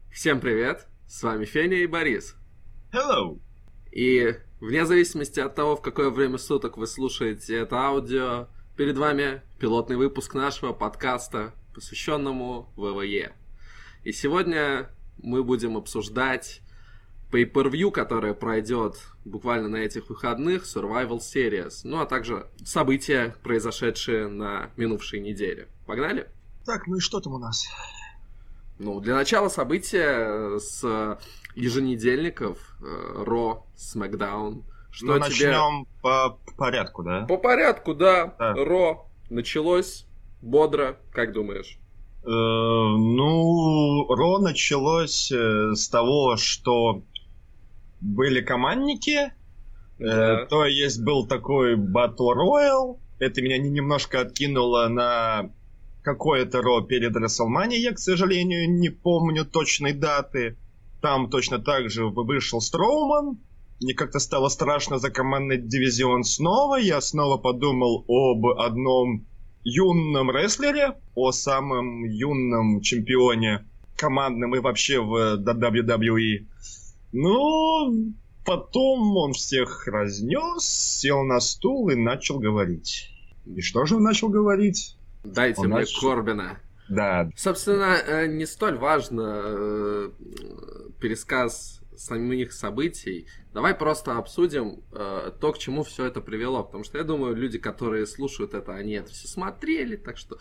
Всем привет, с вами Феня и Борис. Hello. И вне зависимости от того, в какое время суток вы слушаете это аудио, перед вами пилотный выпуск нашего подкаста, посвященному ВВЕ. И сегодня мы будем обсуждать pay-per-view, которое пройдет буквально на этих выходных, Survival Series, ну а также события, произошедшие на минувшей неделе. Погнали? Так, ну и что там у нас? Ну, для начала события с еженедельников Raw, SmackDown. Что ну, тебе... начнем по порядку, да? По порядку, да. Да. Raw началось бодро, как думаешь? Raw началось с того, что были командники, Да. то есть был такой Battle Royale, это меня немножко откинуло на какое-то Raw перед WrestleMania, я, к сожалению, не помню точной даты. Там точно так же вышел Строуман, мне как-то стало страшно за командный дивизион снова, я снова подумал об одном юном рестлере, о самом юном чемпионе командном и вообще в WWE. Ну, потом он всех разнес, сел на стул и начал говорить. И что же он начал говорить? Дайте мне Корбина. Да. Собственно, не столь важно пересказ самих событий. Давай просто обсудим то, к чему все это привело. Потому что я думаю, люди, которые слушают это, они это все смотрели, так что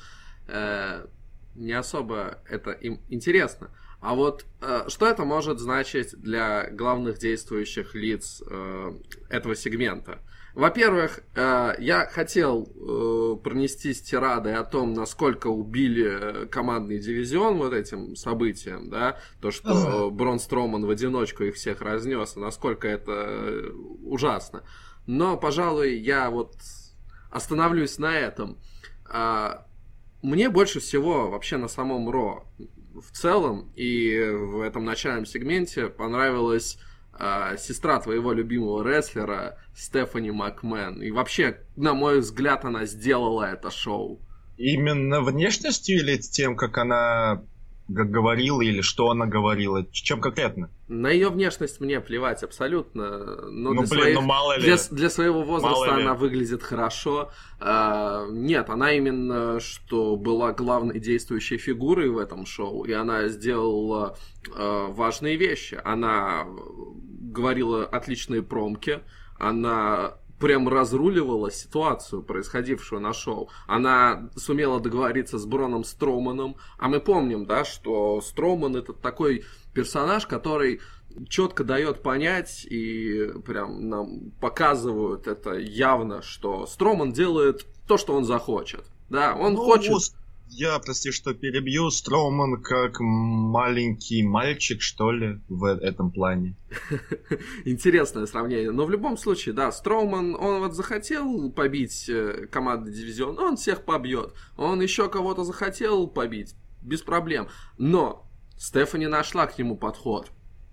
не особо это им интересно. А вот что это может значить для главных действующих лиц этого сегмента? Во-первых, я хотел пронестись тирадой о том, насколько убили командный дивизион вот этим событием, да, то, что Брон Строуман в одиночку их всех разнес, и насколько это ужасно. Но, пожалуй, я вот остановлюсь на этом. Мне больше всего вообще на самом Ро в целом и в этом начальном сегменте понравилась сестра твоего любимого рестлера Стефани Макмен. И вообще, на мой взгляд, она сделала это шоу. Именно внешностью или тем, как она говорила, или что она говорила? Чем конкретно? На ее внешность мне плевать абсолютно. Но мало ли. Для своего возраста мало она ли. выглядит хорошо. Нет, она именно что была главной действующей фигурой в этом шоу. И она сделала важные вещи. Она говорила отличные промки. Она прям разруливала ситуацию, происходившую на шоу. Она сумела договориться с Броном Строуманом. А мы помним, да, что Строуман — это такой персонаж, который четко дает понять и прям нам показывают это явно, что Строуман делает то, что он захочет. Да, он хочет... Я, прости, что перебью, Строуман как маленький мальчик, что ли, в этом плане. Интересное сравнение. Но в любом случае, да, Строуман, он вот захотел побить командный дивизион, он всех побьет. Он еще кого-то захотел побить, без проблем. Но Стефани нашла к нему подход.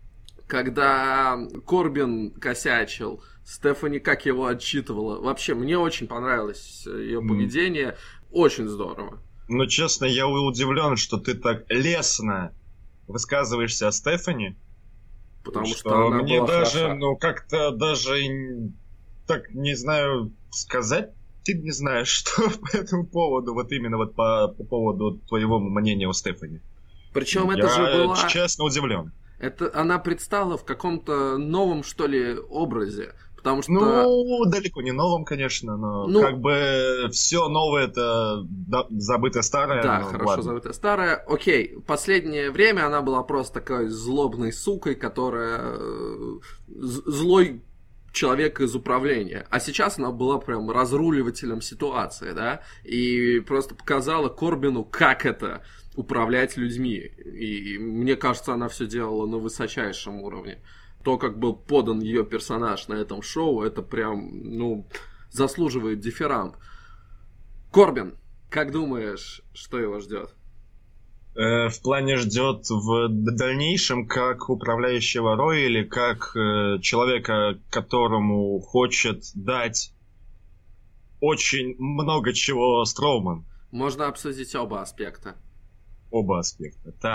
Когда Корбин косячил, Стефани как его отчитывала. Вообще, мне очень понравилось ее поведение. Очень здорово. Ну, честно, я удивлен, что ты так лестно высказываешься о Стефани. Потому что она мне была даже, хороша. как-то даже так не знаю сказать. Ты не знаешь, что по этому поводу, вот именно вот по поводу твоего мнения о Стефани. Причем это же была... Я честно удивлен. Это она предстала в каком-то новом, что ли, образе. Потому что... далеко не новом, конечно, но как бы все новое это забытое старое. Да, хорошо, ладно. забытое старое. Окей, последнее время она была просто такой злобной сукой, которая... Злой человек из управления. А сейчас она была прям разруливателем ситуации, да? И просто показала Корбину, как это управлять людьми. И мне кажется, она все делала на высочайшем уровне. То, как был подан ее персонаж на этом шоу, это прям, заслуживает дифирамб. Корбин, как думаешь, что его ждет? В плане ждет в дальнейшем как управляющего Ро или как человека, которому хочет дать очень много чего Строуман? Можно обсудить оба аспекта. Оба аспекта. Так,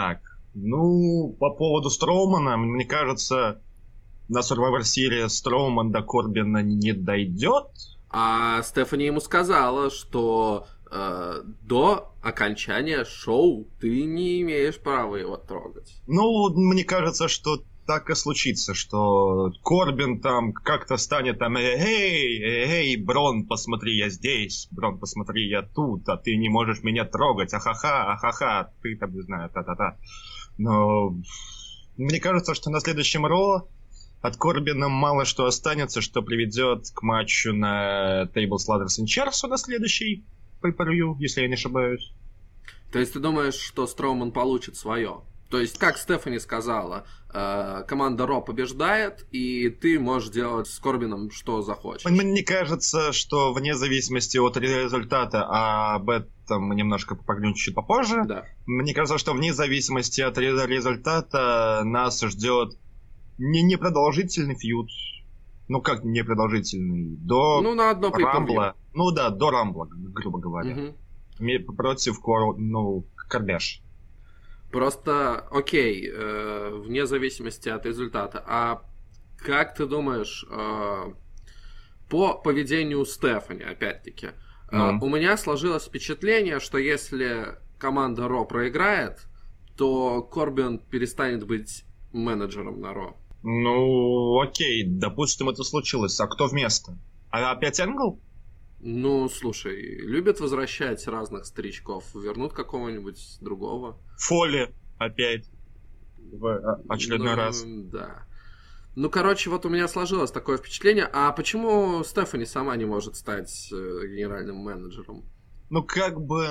Ну, по поводу Строумана, мне кажется, на Survivor Series Строуман до Корбина не дойдет. А Стефани ему сказала, что до окончания шоу ты не имеешь права его трогать. Ну, мне кажется, что так и случится, что Корбин там как-то станет там, эй, Брон, посмотри, я здесь, Брон, посмотри, я тут, а ты не можешь меня трогать, ахаха, ты там, не знаю, та-та-та. Но мне кажется, что на следующем Ро от Корбина мало что останется, что приведет к матчу на Tables, Ladders and Chairs на следующий pay-per-view, если я не ошибаюсь. То есть ты думаешь, что Строуман получит свое? То есть, как Стефани сказала, команда Ро побеждает, и ты можешь делать с Корбином что захочешь. Мне кажется, что вне зависимости от результата, а об этом мы немножко поговорим чуть попозже, Да. мне кажется, что вне зависимости от результата нас ждет не непродолжительный фьюд. Ну как непродолжительный? До Ну, на одно Рамбла. Ну да, до Рамбла, грубо говоря. Против Карбяш. Просто, окей, вне зависимости от результата. А как ты думаешь, по поведению Стефани, опять-таки, у меня сложилось впечатление, что если команда Ро проиграет, то Корбин перестанет быть менеджером на Ро. Ну, окей, допустим, это случилось. А кто вместо? А опять Энгл? Ну, слушай, любят возвращать разных старичков. Вернут какого-нибудь другого. Фоли опять. В очередной раз. Да. Ну, короче, вот у меня сложилось такое впечатление. А почему Стефани сама не может стать генеральным менеджером? Ну, как бы,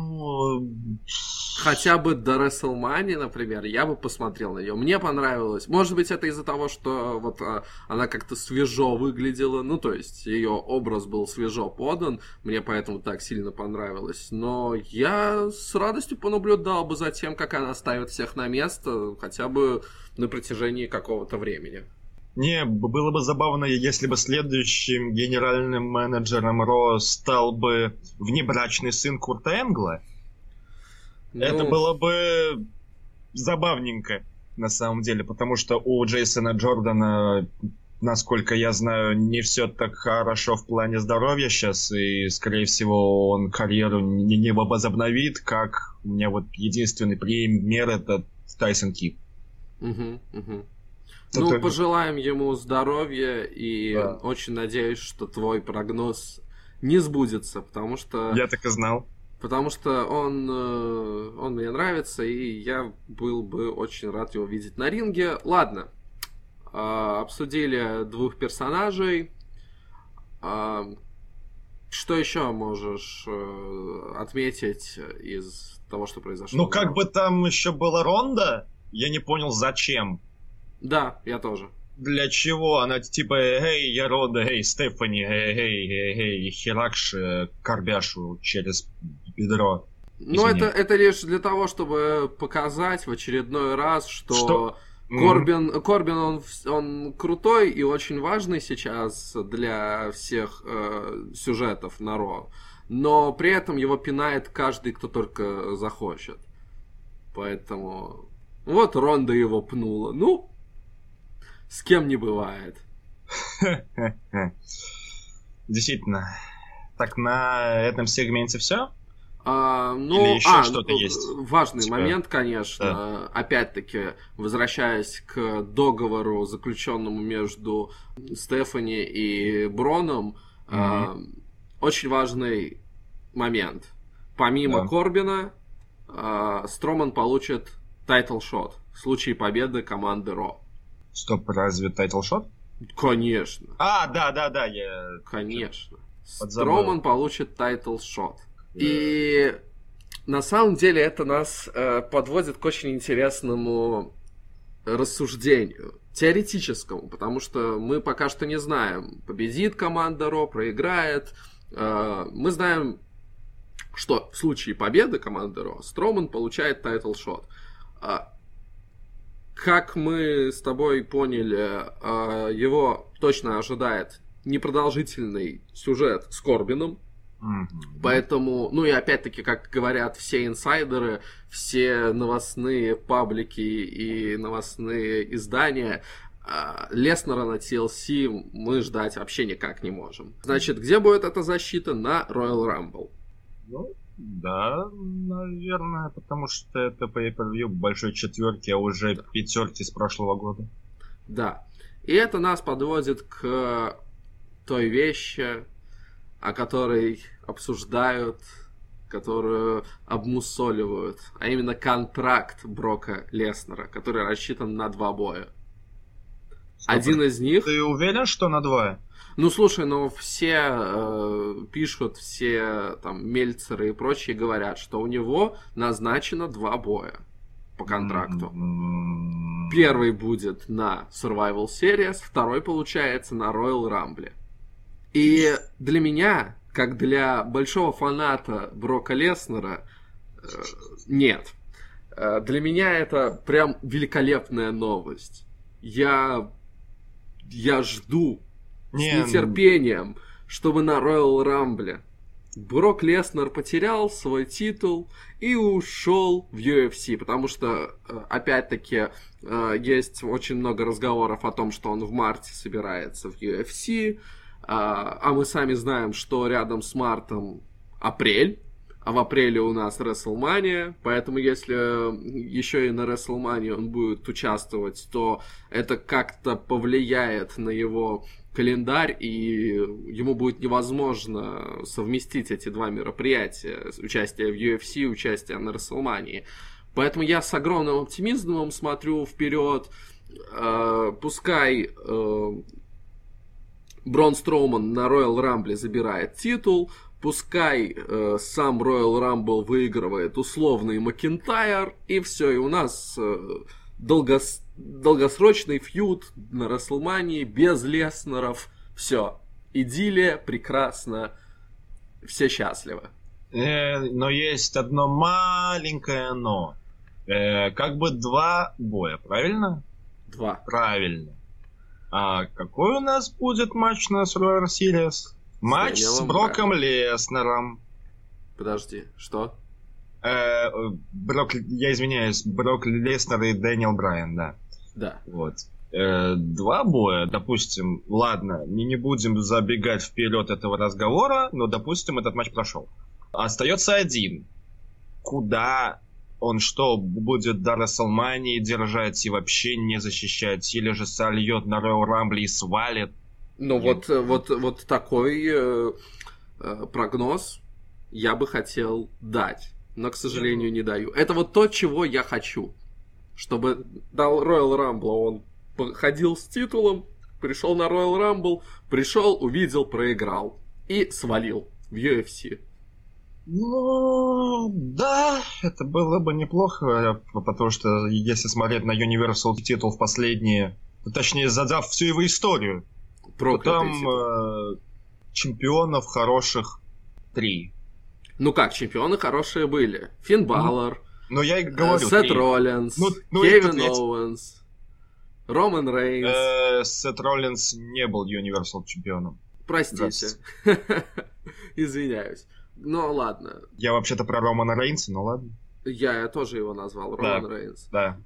Хотя бы до WrestleMania, например, я бы посмотрел на нее. Мне понравилось. Может быть, это из-за того, что вот она как-то свежо выглядела. Ну, то есть, ее образ был свежо подан. Мне поэтому так сильно понравилось. Но я с радостью понаблюдал бы за тем, как она ставит всех на место. Хотя бы на протяжении какого-то времени. Не, было бы забавно, если бы следующим генеральным менеджером Ро стал бы внебрачный сын Курта Энгла. Это было бы забавненько, на самом деле, потому что у Джейсона Джордана, насколько я знаю, не все так хорошо в плане здоровья сейчас, и, скорее всего, он карьеру не возобновит, как у меня вот единственный пример — это Тайсон Кид. Ну, пожелаем ему здоровья, и очень надеюсь, что твой прогноз не сбудется, потому что... Я так и знал. Потому что он мне нравится, и я был бы очень рад его видеть на ринге. Ладно, обсудили двух персонажей. Что еще можешь отметить из того, что произошло? Ну, как бы там еще была Ронда, я не понял, зачем. Да, я тоже. Для чего? Она типа, эй, я Ронда, эй, Стефани, эй, херакш Карбяшу через бедро. Ну, это лишь для того, чтобы показать в очередной раз, что Корбин он крутой и очень важный сейчас для всех сюжетов на Ро. Но при этом его пинает каждый, кто только захочет. Поэтому... Вот Ронда его пнула. Ну, с кем не бывает. Действительно. Так на этом сегменте все? Или еще что-то есть? Важный момент, конечно. Да. Опять-таки, возвращаясь к договору, заключенному между Стефани и Броном, очень важный момент. Помимо Корбина, Строман получит тайтл-шот в случае победы команды Ро. Стоп, разве тайтл-шот? Конечно. Да, я... Конечно. Строман получит тайтл-шот. И на самом деле это нас подводит к очень интересному рассуждению, теоретическому, потому что мы пока что не знаем, победит команда Ро, проиграет. Мы знаем, что в случае победы команды Ро Строман получает тайтл-шот. Как мы с тобой поняли, его точно ожидает непродолжительный сюжет с Корбином. Поэтому, ну и опять-таки, как говорят все инсайдеры, все новостные паблики и новостные издания, Леснера на TLC мы ждать вообще никак не можем. Значит, где будет эта защита? На Royal Rumble. Ну, да, наверное, потому что это pay-per-view большой четверки, а уже пятерки с прошлого года. Да. И это нас подводит к той вещи, о которой обсуждают, которую обмусоливают, а именно контракт Брока Леснера, который рассчитан на 2 боя. Один из них... Ты уверен, что на 2? Ну, слушай, ну все пишут, все там Мельцеры и прочие говорят, что у него назначено 2 боя по контракту. Первый будет на Survival Series, второй, получается, на Royal Rumble. И для меня, как для большого фаната Брока Леснера, нет. Для меня это прям великолепная новость. Я жду с нетерпением, чтобы на Royal Rumble Брок Леснер потерял свой титул и ушел в UFC, потому что, опять-таки, есть очень много разговоров о том, что он в марте собирается в UFC, а мы сами знаем, что рядом с мартом апрель, а в апреле у нас WrestleMania, поэтому если еще и на WrestleMania он будет участвовать, то это как-то повлияет на его календарь, и ему будет невозможно совместить эти 2 мероприятия, участие в UFC и участие на WrestleMania. Поэтому я с огромным оптимизмом смотрю вперед. Пускай Брон Строуман на Royal Rumble забирает титул, пускай сам Royal Rumble выигрывает условный Макинтайр, и все, и у нас долгосрочный фьюд на WrestleMania без Леснеров. Все, идиллия, прекрасно, все счастливы. Но есть одно маленькое но. Как бы 2 боя, правильно? 2. Правильно. А какой у нас будет матч на Survivor Series? Матч с Броком Леснером. Подожди, что? Я извиняюсь, Брок Леснер и Дэниел Брайан, да. Да. Вот. 2 боя, допустим, ладно, не будем забегать вперед этого разговора, но, допустим, этот матч прошел. Остается 1. Куда он что, будет до WrestleMania держать и вообще не защищать, или же сольет на Royal Rumble и свалит? Ну вот такой прогноз я бы хотел дать, но, к сожалению, не даю. Это вот то, чего я хочу. Чтобы до Royal Rumble он ходил с титулом, пришел на Royal Rumble, пришел, увидел, проиграл и свалил в UFC. Ну, да, это было бы неплохо, потому что если смотреть на Universal титул в последние, точнее, задав всю его историю, то там чемпионов хороших 3. Ну как, чемпионы хорошие были. Финн Балор, но я и говорю, Сет Роллинс, Кевин Оуэнс, Роман Рейнс. Сет Роллинс не был Universal чемпионом. Простите. Извиняюсь. Ну ладно. Я вообще-то про Романа Рейнса, но ладно. Я тоже его назвал, Роман Рейнс. Да.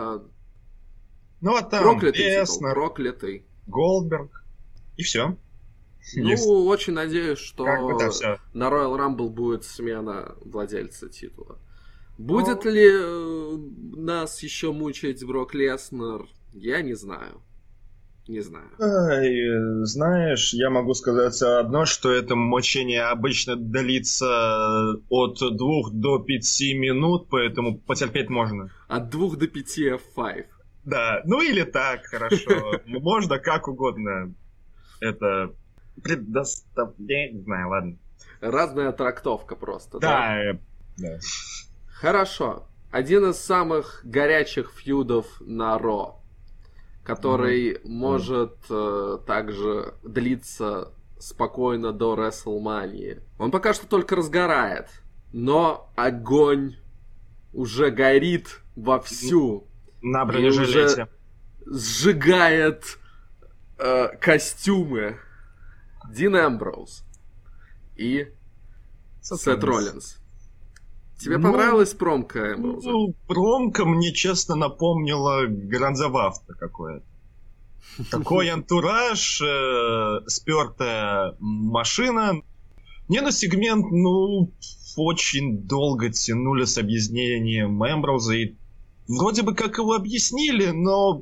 Ну а там проклятый Леснер, проклятый. Голдберг. И все. Ну, очень надеюсь, что всё. на Royal Rumble будет смена владельца титула. Будет ли нас еще мучить Брок Леснер, я не знаю. Не знаю. Знаешь, я могу сказать одно, что это мучение обычно длится от 2 до 5 минут, поэтому потерпеть можно. От 2 до 5 F5. Да, ну или так, хорошо. Можно как угодно. Это предоставление, не знаю, ладно. Разная трактовка просто, да? Да. Хорошо. Один из самых горячих фьюдов на Ро, который может также длиться спокойно до WrestleMania. Он пока что только разгорает, но огонь уже горит вовсю. На бронежилете. Сжигает костюмы Дин Эмброуз и Сет Роллинс. Тебе понравилась промка Эмброуза? Ну, промка мне, честно, напомнила Гранзавафта какое-то. Такой антураж, спёртая машина. Не, ну, сегмент, очень долго тянули с объяснением Эмброуза. И вроде бы как его объяснили, но...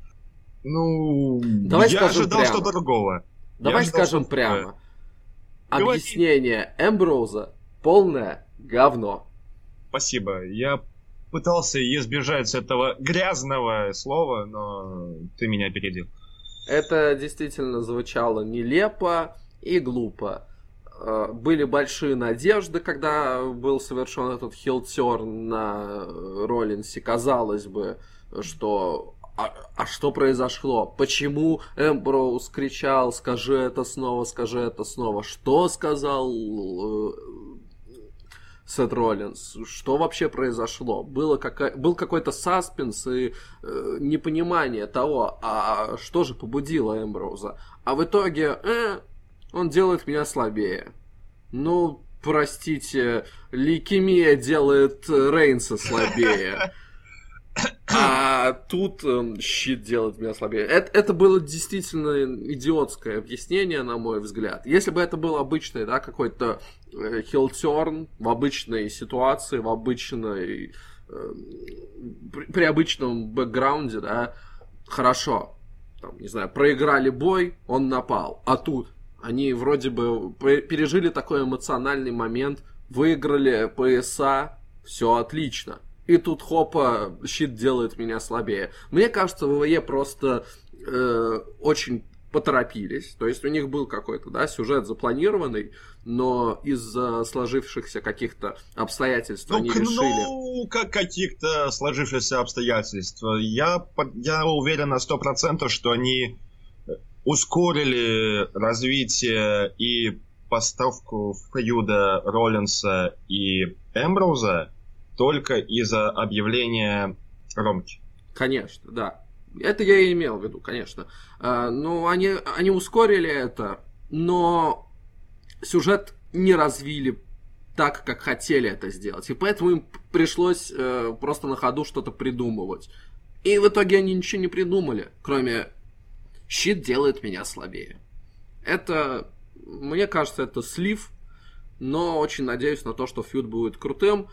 я ожидал что-то другого. Давай скажем прямо. Объяснение Эмброуза полное говно. Спасибо. Я пытался избежать этого грязного слова, но ты меня опередил. Это действительно звучало нелепо и глупо. Были большие надежды, когда был совершен этот хилтерн на Роллинсе. Казалось бы, что... А что произошло? Почему Эмброуз кричал: скажи это снова, скажи это снова? Что сказал Сет Роллинс? Что вообще произошло? Был какой-то саспенс и непонимание того, а что же побудило Эмброуза? А в итоге он делает меня слабее. Ну, простите, лейкемия делает Рейнса слабее. А тут щит делает меня слабее. Это было действительно идиотское объяснение, на мой взгляд. Если бы это был обычный, да, какой-то хилтерн в обычной ситуации, в обычной... при обычном бэкграунде, да, хорошо. Там, не знаю, проиграли бой, он напал. А тут они вроде бы пережили такой эмоциональный момент, выиграли пояса, все отлично. И тут хопа, щит делает меня слабее. Мне кажется, ВВЕ просто очень поторопились. То есть у них был какой-то, да, сюжет запланированный, но из-за сложившихся каких-то обстоятельств они решили... Ну, как каких-то сложившихся обстоятельств. Я уверен на 100%, что они ускорили развитие и поставку фьюда Роллинса и Эмброуза только из-за объявления Ромки. Конечно, да. Это я и имел в виду, конечно. Ну, они ускорили это, но сюжет не развили так, как хотели это сделать. И поэтому им пришлось просто на ходу что-то придумывать. И в итоге они ничего не придумали, кроме «щит делает меня слабее». Это, мне кажется, это слив, но очень надеюсь на то, что фьюд будет крутым.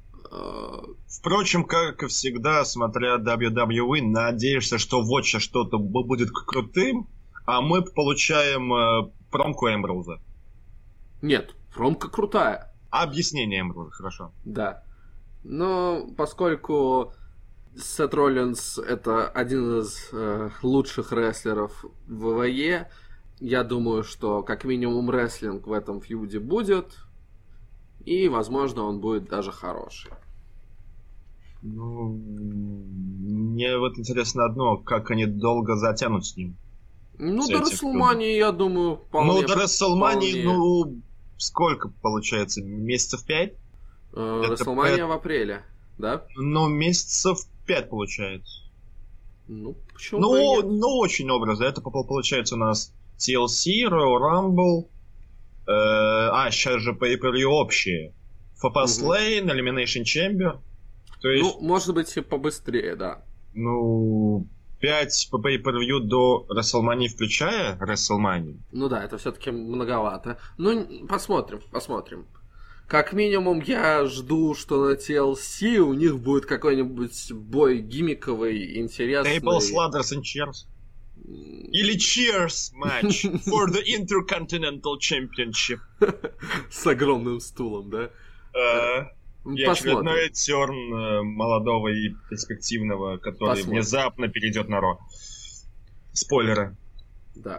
Впрочем, как и всегда, смотря WWE, надеешься, что вот сейчас что-то будет крутым, а мы получаем промку Эмброуза. Нет, промка крутая. Объяснение Эмброуза, хорошо. Да. Но поскольку Сет Роллинс это один из лучших рестлеров в ВВЕ, я думаю, что как минимум рестлинг в этом фьюде будет. И, возможно, он будет даже хороший. Ну, мне вот интересно одно, как они долго затянут с ним. Ну, до Расселмании, я думаю, вполне. Ну, до Расселмании, сколько получается? Месяцев 5? Расселмания в апреле, да? Ну, месяцев 5 получается. Ну, почему бы и нет? Ну, очень образно. Это получается у нас TLC, Royal Rumble... сейчас же pay-per-view общие. Fastlane, Elimination Chamber. То есть, ну, может быть, и побыстрее, да. Ну, 5 по pay-per-view до WrestleMania, включая WrestleMania. Ну да, это все-таки многовато. Ну, посмотрим. Как минимум, я жду, что на TLC у них будет какой-нибудь бой гиммиковый, интересный. Tables, Ladders and Chairs. Или Cheers матч for the Intercontinental Championship. С огромным стулом, да? И очередной терн молодого и перспективного, который внезапно перейдет на Ро. Спойлеры. Да.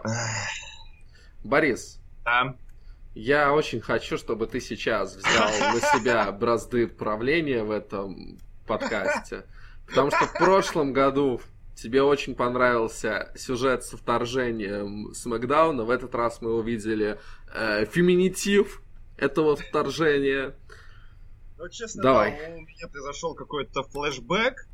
Борис. Да? Я очень хочу, чтобы ты сейчас взял на себя бразды правления в этом подкасте. Потому что в прошлом году тебе очень понравился сюжет со вторжением Смэкдауна. В этот раз мы увидели феминитив этого вторжения. Ну, честно, давай. Да, у меня произошел какой-то флешбэк,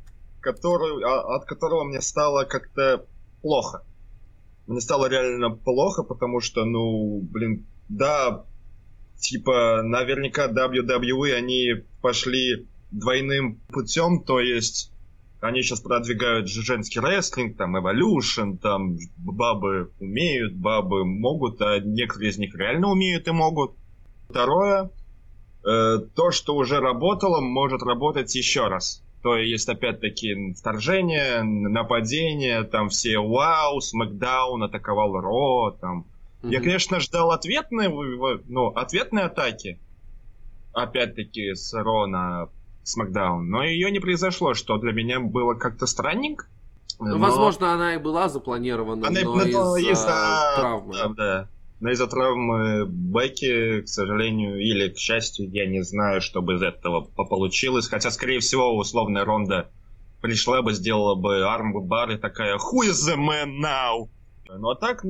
от которого мне стало как-то плохо. Мне стало реально плохо, потому что, да, типа, наверняка WWE, они пошли двойным путем, то есть они сейчас продвигают женский рестлинг, там, Evolution, там, бабы умеют, бабы могут, а некоторые из них реально умеют и могут. Второе, то, что уже работало, может работать еще раз. То есть, опять-таки, вторжение, нападение, там все вау, Смэкдаун атаковал Ро, там. Я, конечно, ждал ответные атаки, опять-таки, с Ро на Смэкдаун, но ее не произошло, что для меня было как-то странненько. Но... Возможно, она и была запланирована, но из-за травмы. Да. Но из-за травмы Бекки, к сожалению, или к счастью, я не знаю, что бы из этого получилось. Хотя, скорее всего, условная Ронда пришла бы, сделала бы армбар и такая «Who is the man now?» Ну а так,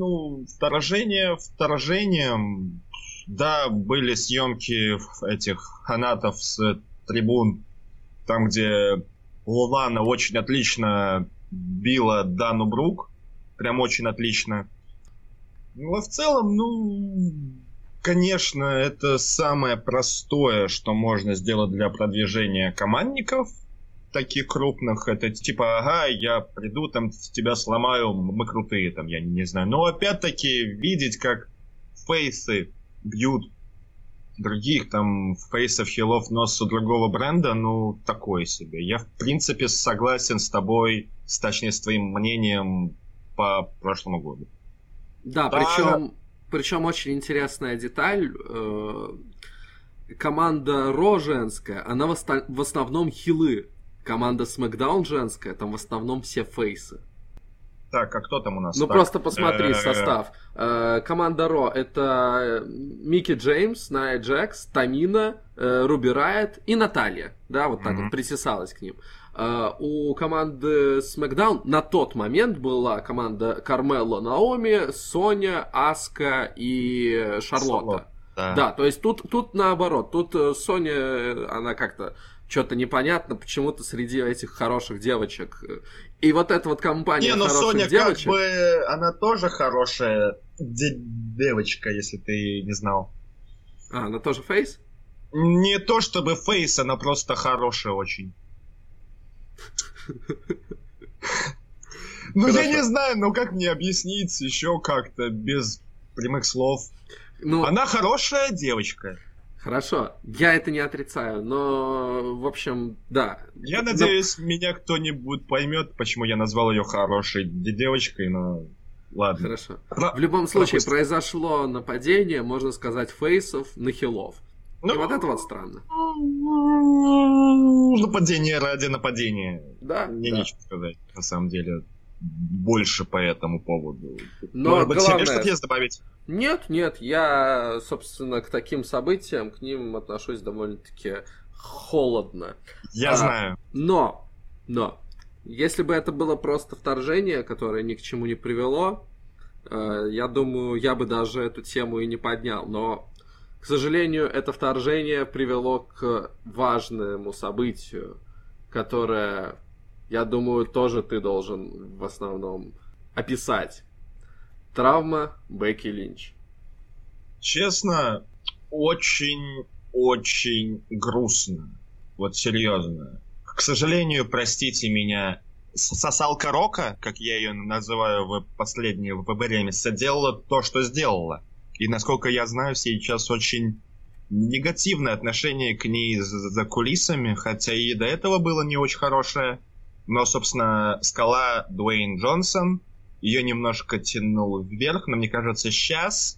вторжением, да, были съемки этих фанатов с трибун, там, где Лолана очень отлично била Дану Брук, прям очень отлично. Ну, а в целом, конечно, это самое простое, что можно сделать для продвижения командников таких крупных. Это типа, ага, я приду, там, тебя сломаю, мы крутые, там, я не знаю. Но опять-таки видеть, как фейсы бьют других, там, фейсов, хилов, нос у другого бренда, такое себе. Я, в принципе, согласен с тобой, точнее, с твоим мнением по прошлому году. Да, причем очень интересная деталь. Команда Ро женская, она в основном хилы. Команда SmackDown женская, там в основном все фейсы. Так, а кто там у нас? Просто посмотри состав. Команда Ро — это Микки Джеймс, Найя Джекс, Тамина, Руби Райот и Наталья. Да, вот так вот притесалась к ним. У команды SmackDown на тот момент была команда Кармело, Наоми, Соня, Аска и Шарлотта. Да, то есть тут наоборот. Тут Соня, она как-то что-то непонятно, почему-то среди этих хороших девочек. И вот эта вот компания хороших Соня девочек... как бы, она тоже хорошая девочка, если ты не знал. Она тоже фейс? Не то чтобы фейс, она просто хорошая очень. Я не знаю, как мне объяснить еще как-то без прямых слов. Она хорошая девочка. Хорошо, я это не отрицаю, но, в общем, да. Я надеюсь, меня кто-нибудь поймет, почему я назвал ее хорошей девочкой, но ладно. Хорошо. В любом случае, произошло нападение, можно сказать, фейсов на хилов. И вот это вот странно. Нападение ради нападения. Да. Мне нечего сказать, на самом деле. Больше по этому поводу. Но может быть, главное... тебе что-то есть добавить? Нет, я, собственно, к таким событиям, к ним отношусь довольно-таки холодно. Я знаю. Но, если бы это было просто вторжение, которое ни к чему не привело, я думаю, я бы даже эту тему и не поднял. Но, к сожалению, это вторжение привело к важному событию, которое, я думаю, тоже ты должен в основном описать. Травма Бекки Линч. Честно, очень грустно. Вот серьезно. К сожалению, простите меня, сосалка Рока, как я ее называю в последнее время, сделала то, что сделала. И, насколько я знаю, сейчас очень негативное отношение к ней за кулисами, хотя и до этого было не очень хорошее. Но, собственно, скала Дуэйн Джонсон, ее немножко тянул вверх, но мне кажется, сейчас,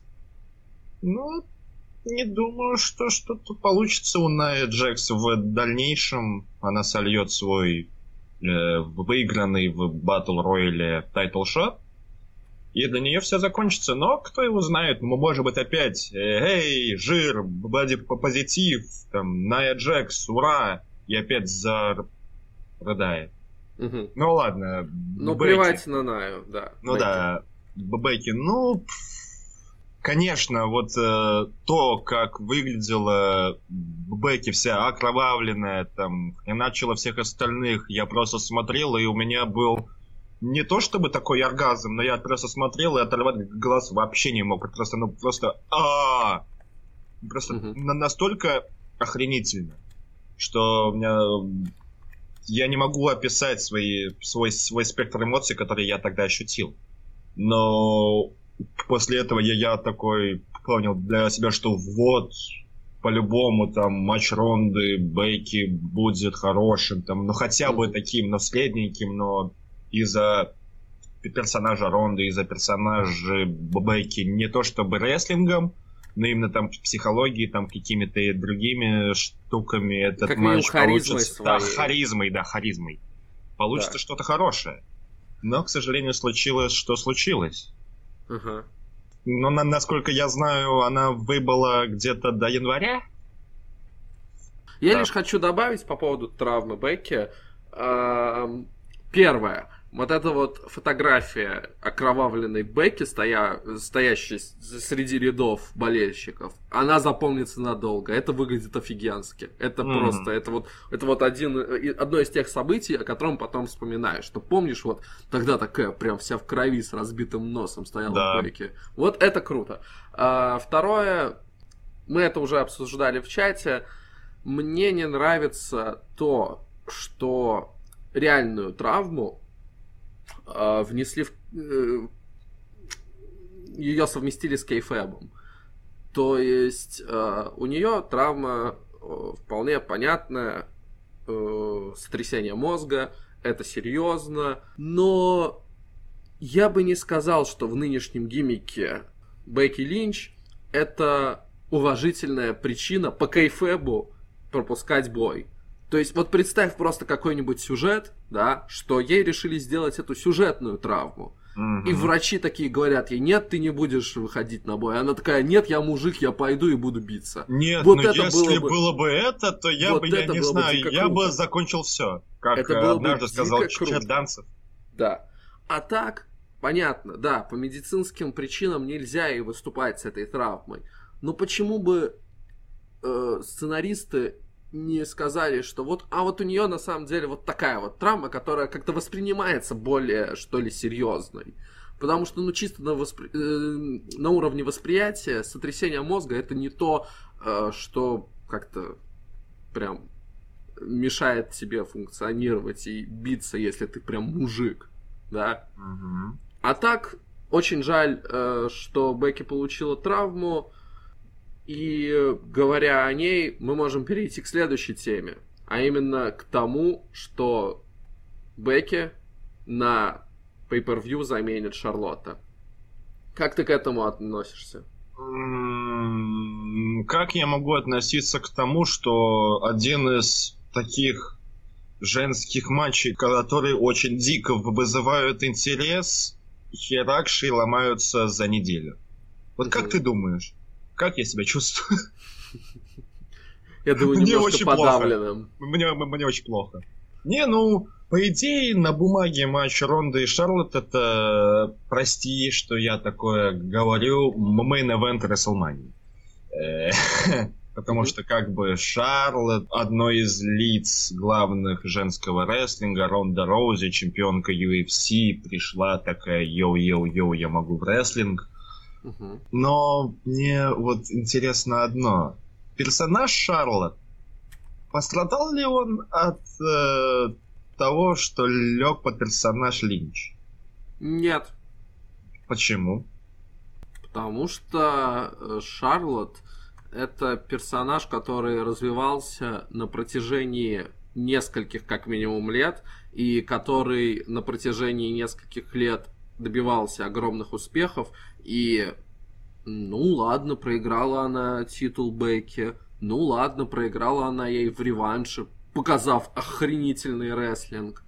не думаю, что что-то получится у Найя Джекс в дальнейшем. Она сольет свой выигранный в Battle Royale тайтл-шот, и для нее все закончится. Но кто его знает, может быть опять жир, бодипозитив, там, Найя Джекс, ура, и опять зарыдает. Угу. Ну ладно. Плевать на Наю, да. Бекки, конечно, вот то, как выглядела Бекки вся окровавленная, там, начала всех остальных, я просто смотрел, и у меня был не то чтобы такой оргазм, но я просто смотрел и оторвать глаз вообще не мог. Просто Просто настолько охренительно, что у меня... Я не могу описать свой спектр эмоций, которые я тогда ощутил. Но после этого я такой понял для себя, что вот, по-любому там матч Ронды, Бекки будет хорошим, там, ну хотя бы таким наследненьким, но из-за персонажа Ронды, из-за персонажа Бекки не то чтобы рестлингом, но именно там психологией, там какими-то другими штуками этот как матч получится. Да, харизмой. Получится что-то хорошее. Но, к сожалению, случилось, что случилось. Но, насколько я знаю, она выбыла где-то до января. Я лишь хочу добавить по поводу травмы Бекки. Первое. Вот эта вот фотография окровавленной Бекки, стоящей среди рядов болельщиков, она запомнится надолго. Это выглядит офигенски. Это просто, это вот одно из тех событий, о котором потом вспоминаешь. Что помнишь, вот тогда такая прям вся в крови с разбитым носом стояла Бекки. Вот это круто. Второе, мы это уже обсуждали в чате. Мне не нравится то, что реальную травму внесли ее совместили с кейфэбом. То есть у нее травма вполне понятная, сотрясение мозга, это серьезно, но я бы не сказал, что в нынешнем гиммике Бекки Линч это уважительная причина по кейфэбу пропускать бой. То есть, вот представь просто какой-нибудь сюжет, да, что ей решили сделать эту сюжетную травму. И врачи такие говорят ей: нет, ты не будешь выходить на бой. Она такая: нет, я мужик, я пойду и буду биться. Нет, вот но если было бы это, то я не знаю, я бы закончил все. Как это однажды сказал Чет Данцев. Да. А так, понятно, да, по медицинским причинам нельзя ей выступать с этой травмой. Но почему бы сценаристы не сказали, что вот у нее на самом деле вот такая вот травма, которая как-то воспринимается более, что ли, серьезной. Потому что, чисто на уровне восприятия сотрясение мозга это не то, что как-то прям мешает тебе функционировать и биться, если ты прям мужик, да. А так, очень жаль, что Бекки получила травму. И говоря о ней, мы можем перейти к следующей теме, а именно к тому, что Бекки на Pay-Per-View заменит Шарлотта. Как ты к этому относишься? Как я могу относиться к тому, что один из таких женских матчей, которые очень дико вызывают интерес, херакши ломаются за неделю? Вот как ты думаешь? Как я себя чувствую? Я думаю, немножко подавленным. Мне очень плохо. По идее, на бумаге матч Ронды и Шарлотт это, прости, что я такое говорю, мейн-эвент WrestleMania. Потому что Шарлотт одно из лиц главных женского рестлинга, Ронда Роузи, чемпионка UFC, пришла такая: йоу-йоу-йоу, я могу в рестлинг. Но мне вот интересно одно. Персонаж Шарлотт, пострадал ли он от того, что лег под персонаж Линч? Нет. Почему? Потому что Шарлотт это персонаж, который развивался на протяжении нескольких, как минимум, лет, и который на протяжении нескольких лет добивался огромных успехов, и ладно, проиграла она титул Бекки, ладно, проиграла она ей в реванше, показав охренительный рестлинг.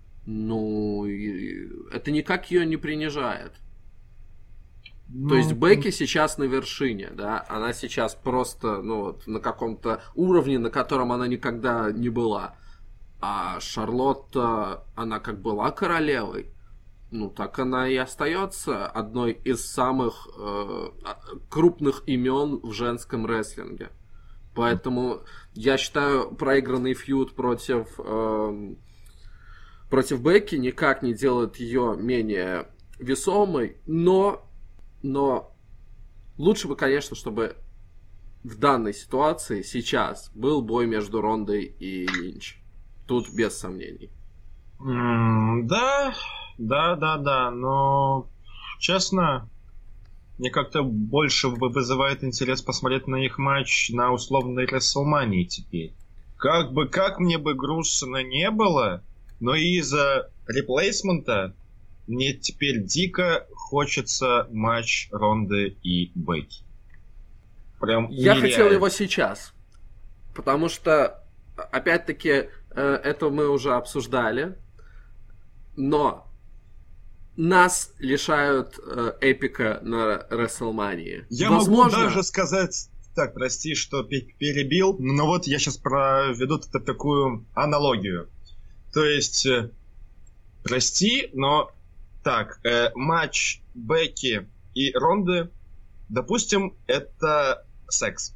Это никак ее не принижает. То есть Бекки сейчас на вершине, да, она сейчас просто, на каком-то уровне, на котором она никогда не была. А Шарлотта, она как была королевой, так она и остается одной из самых крупных имен в женском рестлинге. Поэтому я считаю, проигранный фьюд против Бекки никак не делает ее менее весомой, но лучше бы, конечно, чтобы в данной ситуации сейчас был бой между Рондой и Линч. Тут без сомнений. Да, но честно, мне как-то больше вызывает интерес посмотреть на их матч на условной WrestleMania теперь. Как мне бы грустно не было, но из-за реплейсмента мне теперь дико хочется матч Ронды и Бекки. Прям я хотел его сейчас, потому что, опять-таки, это мы уже обсуждали, но нас лишают эпика на WrestleMania. Я могу даже сказать... Так, прости, что перебил, но вот я сейчас проведу такую аналогию. То есть, прости, но так, матч Бекки и Ронды, допустим, это секс.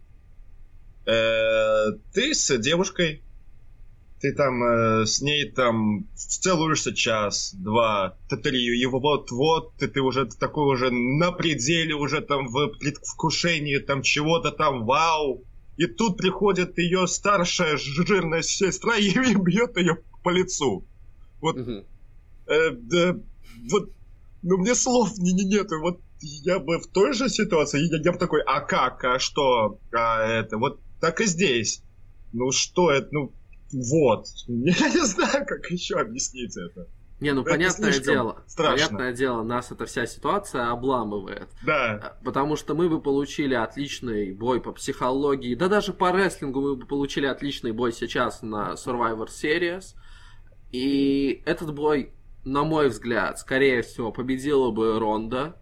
Ты с девушкой, ты там с ней там целуешься час, два, три, и вот ты уже такой уже на пределе, уже там в предвкушении там чего-то там, вау. И тут приходит ее старшая жирная сестра и бьет ее по лицу. Вот, вот, ну мне слов нету, вот я бы в той же ситуации, я бы такой, а как, а что, это, вот так и здесь. Ну что это, ну, вот. Я не знаю, как еще объяснить это. Не, ну понятное дело. Страшно. Понятное дело, нас эта вся ситуация обламывает. Да. Потому что мы бы получили отличный бой по психологии, да даже по рестлингу мы бы получили отличный бой сейчас на Survivor Series. И этот бой, на мой взгляд, скорее всего, победила бы Ронда.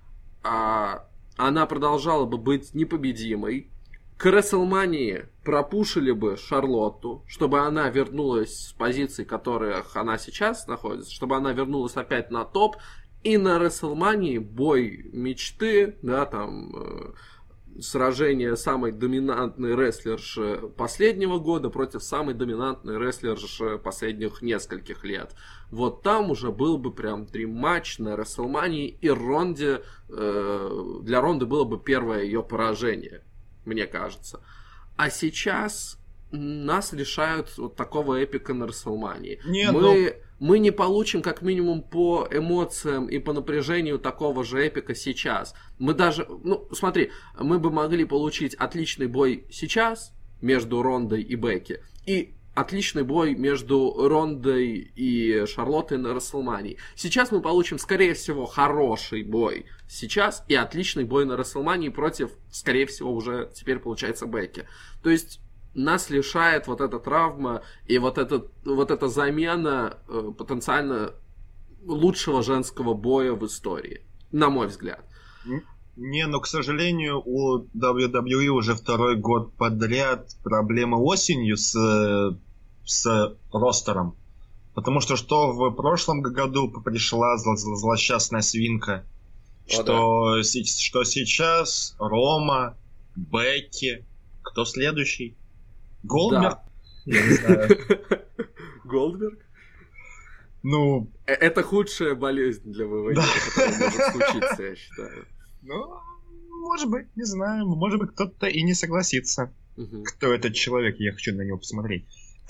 Она продолжала бы быть непобедимой. К WrestleMania пропушили бы Шарлотту, чтобы она вернулась с позиций, в которых она сейчас находится, чтобы она вернулась опять на топ, и на WrestleMania бой мечты, да, там сражение самой доминантной рестлерши последнего года против самой доминантной рестлерши последних нескольких лет. Вот там уже был бы прям дрим-матч на WrestleMania, и Ронде, для Ронды было бы первое ее поражение, мне кажется. А сейчас нас лишают вот такого эпика на WrestleMania. Мы не получим как минимум по эмоциям и по напряжению такого же эпика сейчас. Мы даже, ну смотри, мы бы могли получить отличный бой сейчас между Рондой и Бекки и отличный бой между Рондой и Шарлоттой на WrestleMania. Сейчас мы получим, скорее всего, хороший бой сейчас и отличный бой на WrestleMania против, скорее всего, уже теперь получается Бекки. То есть нас лишает вот эта травма и вот эта замена потенциально лучшего женского боя в истории, на мой взгляд. Не, но, к сожалению, у WWE уже второй год подряд проблемы осенью с ростером. Потому что в прошлом году пришла злосчастная свинка, что сейчас Рома, Бекки, кто следующий? Голдберг? Да. Я не знаю. Голдберг? Ну... Это худшая болезнь для ВВЕ, которая может случиться, я считаю. Ну, может быть, не знаю. Может быть, кто-то и не согласится. Кто этот человек, я хочу на него посмотреть.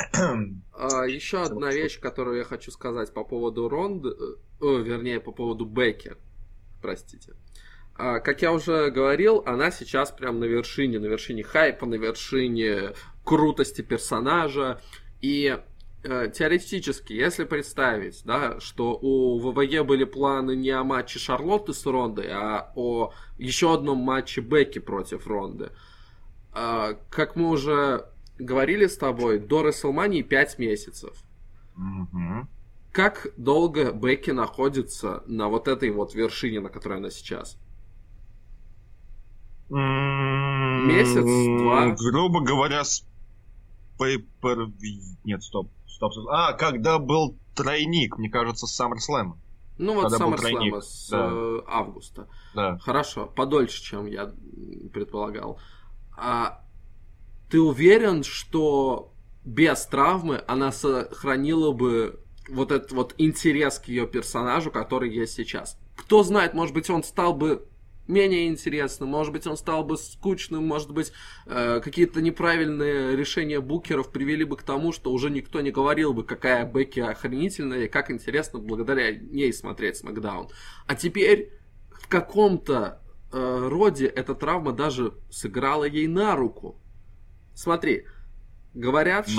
Еще одна вещь, которую я хочу сказать по поводу Ронды, вернее, по поводу Бекки. Простите. Как я уже говорил, она сейчас прям на вершине хайпа, на вершине крутости персонажа. И теоретически, если представить, да, что у ВВЕ были планы не о матче Шарлотты с Рондой, а о еще одном матче Бекки против Ронды. Как мы уже говорили с тобой, до WrestleMania 5 месяцев. Как долго Бекки находится на вот этой вот вершине, на которой она сейчас? Месяц, два? Грубо говоря, с Нет, стоп. Когда был тройник, мне кажется, с SummerSlam. Ну вот SummerSlam с августа. Да. Хорошо, подольше, чем я предполагал. Ты уверен, что без травмы она сохранила бы вот этот вот интерес к ее персонажу, который есть сейчас? Кто знает, может быть, он стал бы менее интересным, может быть, он стал бы скучным, может быть, какие-то неправильные решения букеров привели бы к тому, что уже никто не говорил бы, какая Бекки охренительная и как интересно благодаря ней смотреть SmackDown. А теперь в каком-то роде эта травма даже сыграла ей на руку. Смотри, говорят,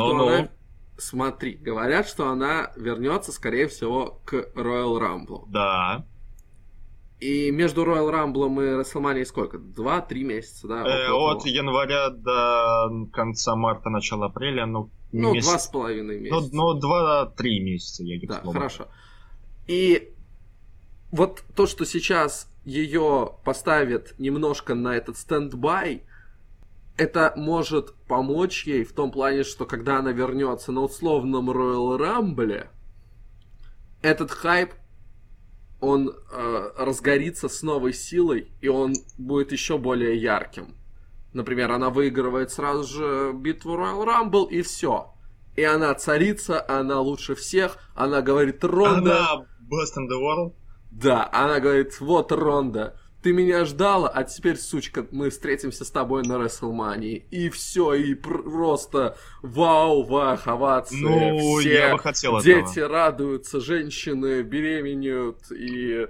что она вернется, скорее всего, к Royal Rumble. Да. И между Royal Rumble и WrestleMania сколько? 2-3 месяца, да? От января до конца марта, начала апреля, 2,5 месяца. 2-3 месяца, я Да, хорошо. И вот то, что сейчас ее поставят немножко на этот стендбай, это может помочь ей в том плане, что когда она вернется на условном Royal Rumble, этот хайп, он разгорится с новой силой, и он будет еще более ярким. Например, она выигрывает сразу же битву Royal Rumble, и все. И она царица, она лучше всех, она говорит: Ронда... Она best in the world? Да, она говорит: вот, Ронда, ты меня ждала, а теперь, сучка, мы встретимся с тобой на WrestleMania. И все, и просто вау-вах, овации. Все я бы хотел дети этого. Радуются, женщины беременеют, и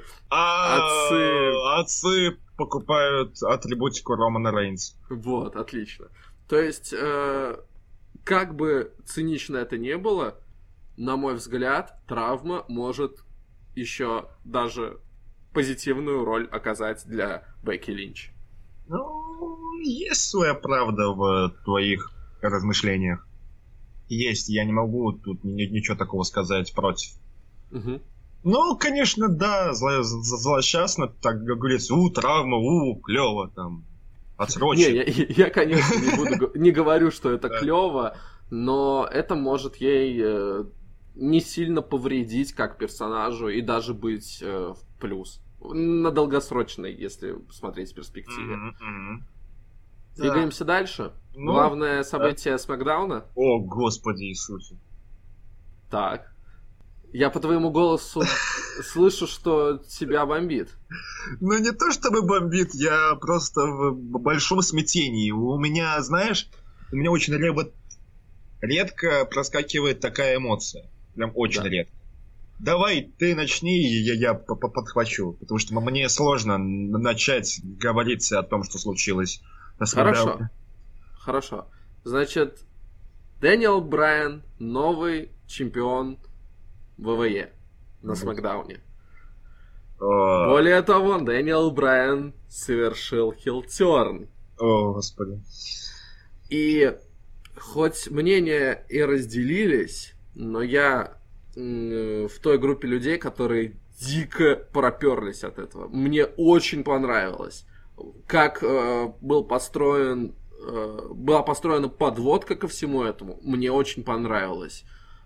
отцы покупают атрибутику Романа Рейнс. Вот, отлично. То есть, как бы цинично это ни было, на мой взгляд, травма может еще даже позитивную роль оказать для Бекки Линч. Есть своя правда в твоих размышлениях. Есть, я не могу тут ничего такого сказать против. Угу. Конечно, да, злосчастно, так говорится, травма, клево, там, отсрочить. Я, конечно, не говорю, что это клево, но это может ей не сильно повредить как персонажу и даже быть в плюс. На долгосрочной, если смотреть в перспективе. Двигаемся дальше. Главное событие Смакдауна. О, Господи Иисусе. Так. Я по твоему голосу слышу, что тебя бомбит. Не то чтобы бомбит, я просто в большом смятении. У меня, знаешь, очень редко проскакивает такая эмоция. Прям очень редко. Давай, ты начни, и я подхвачу. Потому что мне сложно начать говорить о том, что случилось. Хорошо. Значит, Дэниел Брайан, новый чемпион ВВЕ на Смакдауне. Более того, Дэниел Брайан совершил хилтерн. О, Господи. И хоть мнения и разделились, но я в той группе людей, которые дико проперлись от этого. Мне очень понравилось, как была построена подводка ко всему этому. Мне очень понравилось.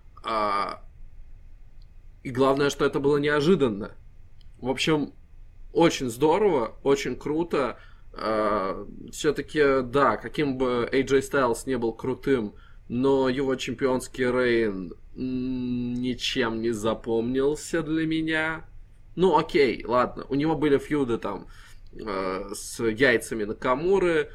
И главное, что это было неожиданно. В общем, очень здорово, очень круто. Все-таки, да, каким бы AJ Styles не был крутым, но его чемпионский рейн ничем не запомнился для меня. Окей, ладно. У него были фьюды там с яйцами Накамуры,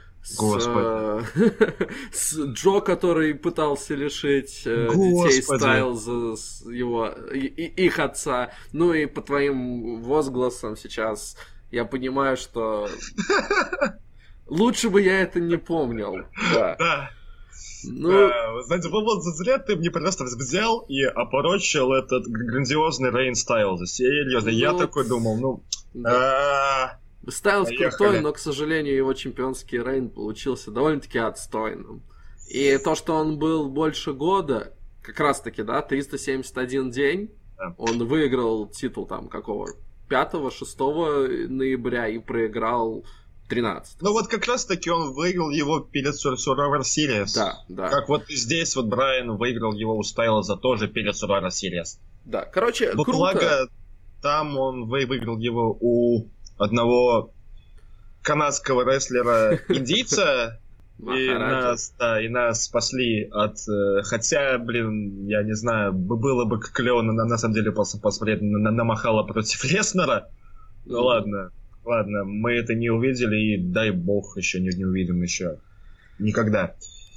с Джо, который пытался лишить детей Стайлза, их отца. И по твоим возгласам сейчас я понимаю, что лучше бы я это не помнил. Да. Знаете, вот зря ты мне просто взял и опорочил этот грандиозный Рейн Стайлза. Серьезно, я такой думал, Стайлз крутой, но, к сожалению, его чемпионский рейн получился довольно-таки отстойным. И то, что он был больше года, как раз-таки, 371 день, он выиграл титул там какого? 5-6 ноября и проиграл 13. Как раз-таки он выиграл его перед Survivor Series. Да. Как вот здесь Брайан выиграл его у Стайлза тоже перед Survivor Series. Да, короче, круто. Благо, там он выиграл его у одного канадского рестлера-индийца. И нас спасли от... Хотя, я не знаю, было бы клево на самом деле посмотреть на Махала против Леснера. Ладно. Ладно, мы это не увидели, и дай бог еще не увидим еще. Никогда.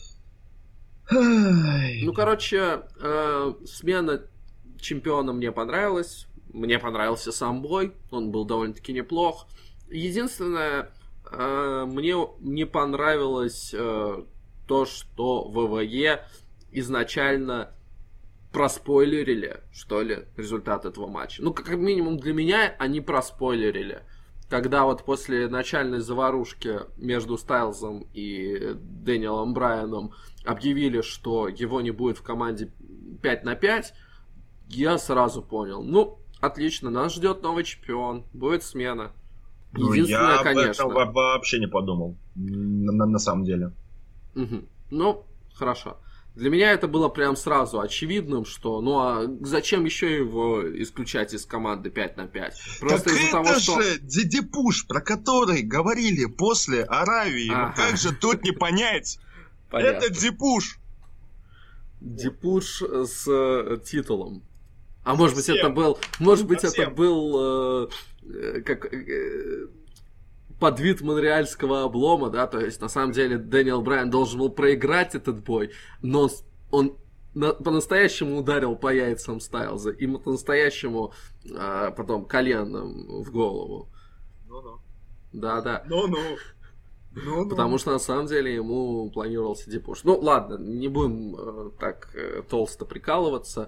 Ну, короче, смена чемпиона мне понравилась. Мне понравился сам бой. Он был довольно-таки неплох. Единственное, мне не понравилось то, что ВВЕ изначально проспойлерили, что ли, результат этого матча. Ну, как минимум для меня они проспойлерили. Когда вот после начальной заварушки между Стайлзом и Дэниелом Брайаном объявили, что его не будет в команде 5 на 5, я сразу понял. Ну, отлично, нас ждет новый чемпион, будет смена. Единственное, я конечно... об этом вообще не подумал, на самом деле. Угу. Ну, хорошо. Для меня это было прям сразу очевидным, что ну а зачем еще его исключать из команды 5 на 5? Просто так из-за того, что... Дидипуш, про который говорили после Аравии. Ага. Ну как же тут не понять? Понятно. Это Дипуш. Дипуш с титулом. А может быть это был... Может быть это был... подвид монреальского облома, да, то есть на самом деле Дэниел Брайан должен был проиграть этот бой, но он по-настоящему ударил по яйцам Стайлза и по-настоящему потом коленом в голову. Ну-ну. Да-да. Ну-ну. Потому что на самом деле ему планировался Дипуш. Ну ладно, не будем так толсто прикалываться.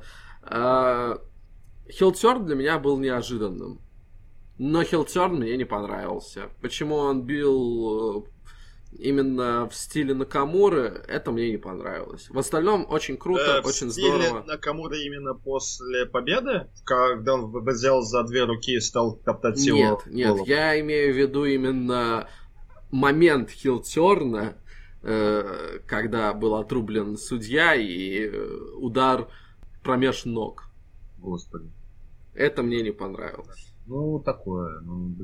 Хилтерн для меня был неожиданным. Но хилтерн мне не понравился. Почему он бил именно в стиле Накамуры, это мне не понравилось. В остальном очень круто, очень здорово. В стиле Накамуры именно после победы? Когда он взял за 2 руки и стал топтать его? Нет, я имею в виду именно момент хилтерна, когда был отрублен судья и удар промеж ног. Господи. Это мне не понравилось. Ну, такое,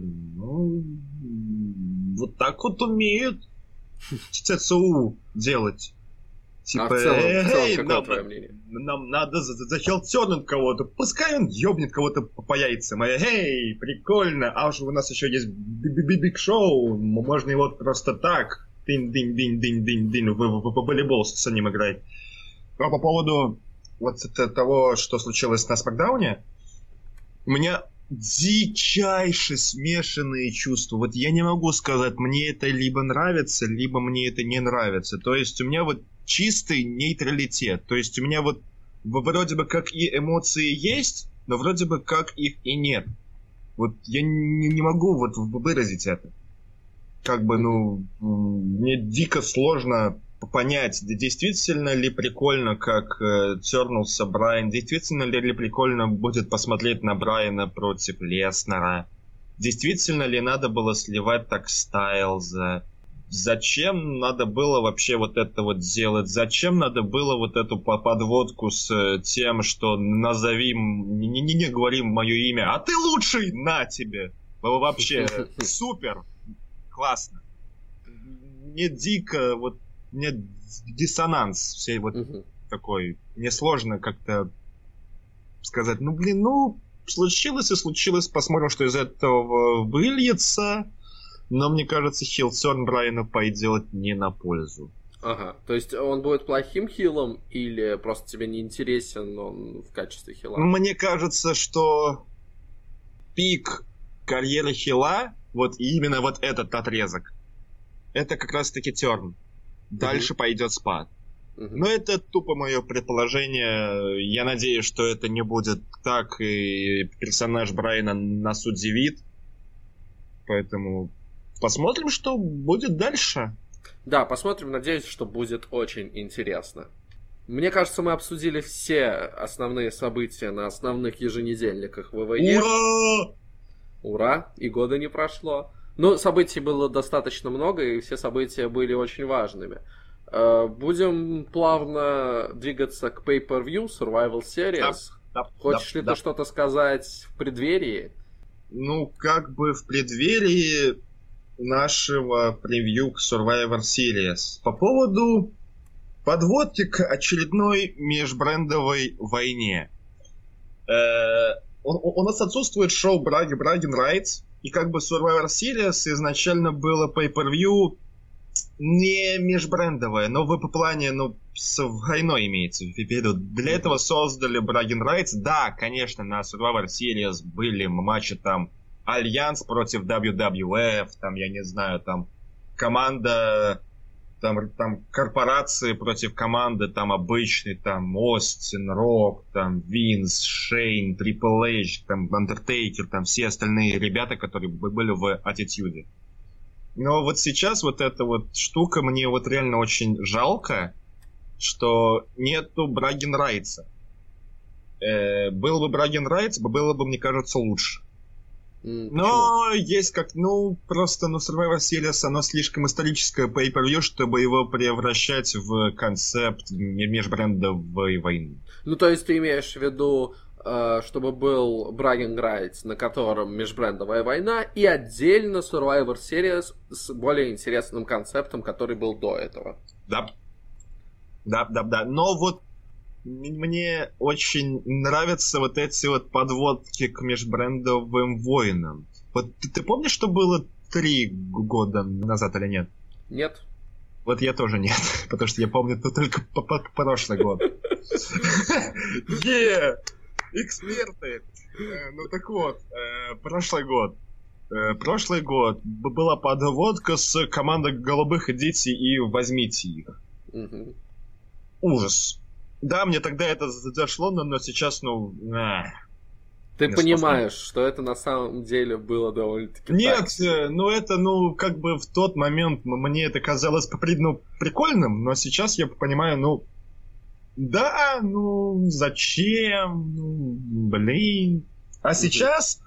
вот так вот умеют ЦЦУ делать. Типа, в целом какое твое мнение? Нам надо захелтернуть кого-то, пускай он ёбнет кого-то по яйцам. Эй, прикольно, а уж у нас еще есть Биг Шоу, можно его просто так, дынь-дынь-дынь-дынь-дынь-дынь, в волейбол с ним играть. Но по поводу вот того, что случилось на Смакдауне, у меня дичайше смешанные чувства. Вот я не могу сказать, мне это либо нравится, либо мне это не нравится. То есть у меня вот чистый нейтралитет. То есть у меня вот вроде бы как и эмоции есть, но вроде бы как их и нет. Вот я не могу вот выразить это. Как бы, мне дико сложно понять, действительно ли прикольно, как тернулся Брайан, действительно ли прикольно будет посмотреть на Брайана против Леснера, действительно ли надо было сливать так Стайлза, зачем надо было вообще вот это вот делать, зачем надо было вот эту подводку с тем, что назови, не говори мое имя, а ты лучший, на тебе, вообще супер, классно, мне дико вот мне диссонанс всей вот такой. Мне сложно как-то сказать, случилось и случилось, посмотрим, что из этого выльется. Но мне кажется, хилтерн Брайана пойдет не на пользу. Ага, то есть он будет плохим хилом или просто тебе не интересен он в качестве хила? Мне кажется, что пик карьеры хила, вот именно вот этот отрезок, это как раз-таки терн. Дальше пойдет спад. Но это тупо мое предположение. Я надеюсь, что это не будет так, и персонаж Брайана нас удивит. Поэтому посмотрим, что будет дальше. Да, посмотрим. Надеюсь, что будет очень интересно. Мне кажется, мы обсудили все основные события на основных еженедельниках ВВЕ. Ура! Ура! И года не прошло. Ну, событий было достаточно много, и все события были очень важными. Будем плавно двигаться к Pay-Per-View, Survival Series. Хочешь ли ты что-то сказать в преддверии? Как бы в преддверии нашего превью к Survivor Series. По поводу подводки к очередной межбрендовой войне. У нас отсутствует шоу Bragging Rights. И как бы Survivor Series изначально было pay-per-view не межбрендовое, но в плане, ну, с войной имеется в виду. Для этого создали Bragging Rights. Да, конечно, на Survivor Series были матчи там Альянс против WWF, там, я не знаю, там команда, там корпорации против команды, там обычный, там Остин, Рок, там Винс, Шейн, Трипл Эйч, там Андертейкер, там все остальные ребята, которые были в Attitude. Но вот сейчас вот эта вот штука мне вот реально очень жалко, что нету Bragging Rights. Был бы Bragging Rights, было бы, мне кажется, лучше. Но почему? Есть как, просто, Survivor Series, оно слишком историческое pay-per-view, чтобы его превращать в концепт межбрендовой войны. Ну, то есть ты имеешь в виду, чтобы был Bragging Rights, на котором межбрендовая война, и отдельно Survivor Series с более интересным концептом, который был до этого. Да. Но вот мне очень нравятся вот эти вот подводки к межбрендовым войнам. Вот ты помнишь, что было 3 года назад или нет? Нет. Вот я тоже нет, потому что я помню только прошлый год. Эксперты! Ну так вот, прошлый год. Прошлый год была подводка с командой голубых «Идите и возьмите их». Угу. Ужас. Да, мне тогда это зашло, но сейчас, Ты понимаешь, что это на самом деле было довольно-таки Нет, это, как бы в тот момент мне это казалось прикольным, но сейчас я понимаю, да, зачем, блин. А сейчас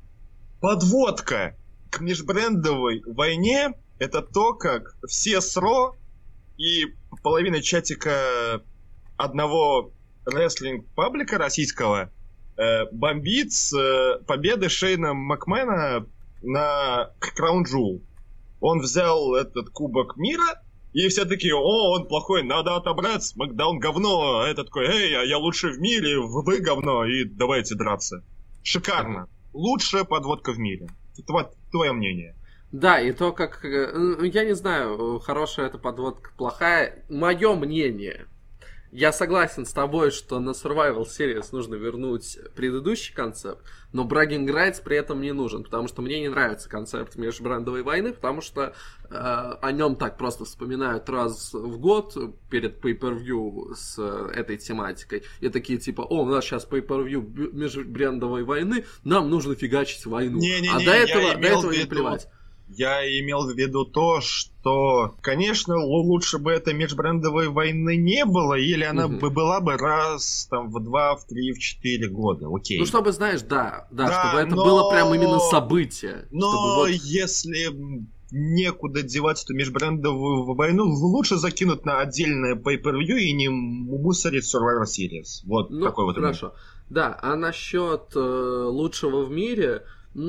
подводка к межбрендовой войне — это то, как все СРО и половина чатика одного рестлинг-паблика российского бомбит с победы Шейна Макмена на Краун Джул. Он взял этот Кубок Мира, и все такие: он плохой, надо отобрать, Смакдаун говно. А этот такой: я лучший в мире, вы говно, и давайте драться. Шикарно. Лучшая подводка в мире. Твое мнение. Да, и то, как... Я не знаю, хорошая эта подводка, плохая. Мое мнение... Я согласен с тобой, что на Survival Series нужно вернуть предыдущий концепт, но Bragging Rights при этом не нужен, потому что мне не нравится концепт межбрендовой войны, потому что о нем так просто вспоминают раз в год перед pay-per-view с этой тематикой. И такие типа: у нас сейчас pay-per-view межбрендовой войны, нам нужно фигачить войну. А до этого не плевать. Я имел в виду то, что, конечно, лучше бы этой межбрендовой войны не было, или она бы была бы раз там в 2, в 3, в 4 года, окей. Чтобы, знаешь, да, чтобы это было прям именно событие. Но если некуда девать эту межбрендовую войну, лучше закинуть на отдельное pay-per-view и не мусорить Survivor Series. Вот такой вот. Хорошо. Да, а насчет лучшего в мире,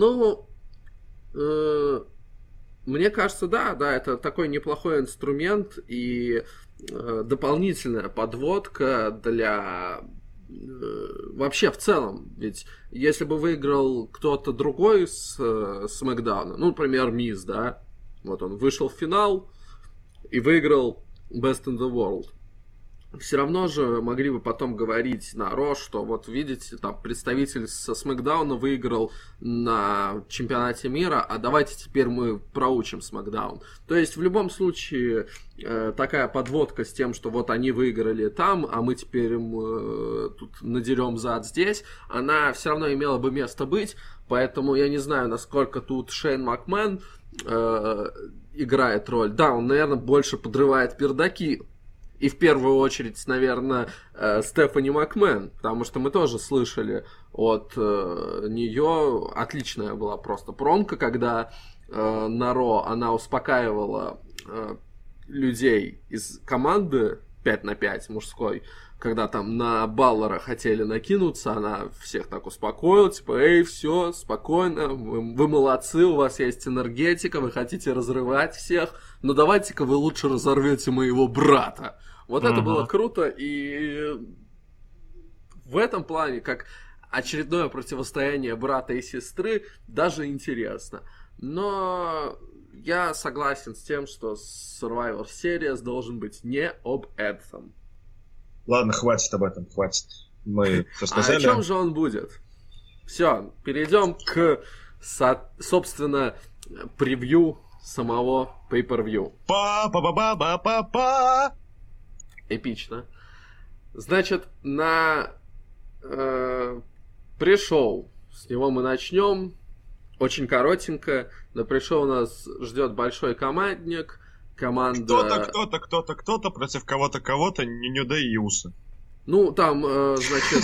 мне кажется, да, это такой неплохой инструмент и дополнительная подводка для... Вообще, в целом, ведь если бы выиграл кто-то другой с Смакдауна, например, Миз, да, вот он вышел в финал и выиграл Best in the World, все равно же могли бы потом говорить на Ро, что вот видите, там представитель со Смакдауна выиграл на чемпионате мира, а давайте теперь мы проучим Смакдаун. То есть в любом случае такая подводка с тем, что вот они выиграли там, а мы теперь им тут надерем зад здесь, она все равно имела бы место быть, поэтому я не знаю, насколько тут Шейн Макмен играет роль. Да, он, наверное, больше подрывает пердаки. И в первую очередь, наверное, Стефани Макмен, потому что мы тоже слышали от нее, отличная была просто промка, когда на Ро она успокаивала людей из команды 5-5 мужской, когда там на Баллера хотели накинуться, она всех так успокоила, типа: все, спокойно, вы молодцы, у вас есть энергетика, вы хотите разрывать всех, но давайте-ка вы лучше разорвете моего брата. Вот это было круто, и в этом плане, как очередное противостояние брата и сестры даже интересно. Но я согласен с тем, что Survivor Series должен быть не об этом. Ладно, хватит об этом, хватит. Мы все сказали. А о чем же он будет? Все, перейдем к, собственно, превью самого Pay-Per-View. Па-па-па-па-па-па-па! Эпично. Значит, на пришоу, с него мы начнем. Очень коротенько. На пришоу нас ждет большой командник. Команда... Кто-то против кого-то, New Day и Усы. Ну, там, значит...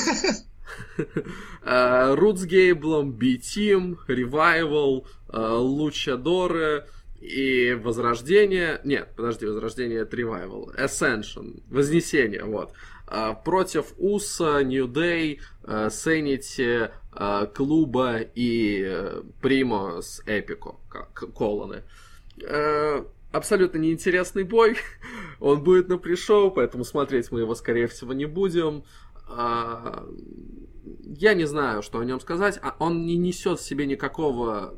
Рут с Гейблом, B-Team, Revival, Лучадоры и Возрождение. Нет, подожди, Возрождение это Revival. Ascension, Вознесение, вот. Против Уса, New Day, Sanity, Клуба и Примо с Эпико, колоны. Абсолютно неинтересный бой. Он будет на пришоу, поэтому смотреть мы его, скорее всего, не будем. Я не знаю, что о нем сказать. Он не несет в себе никакого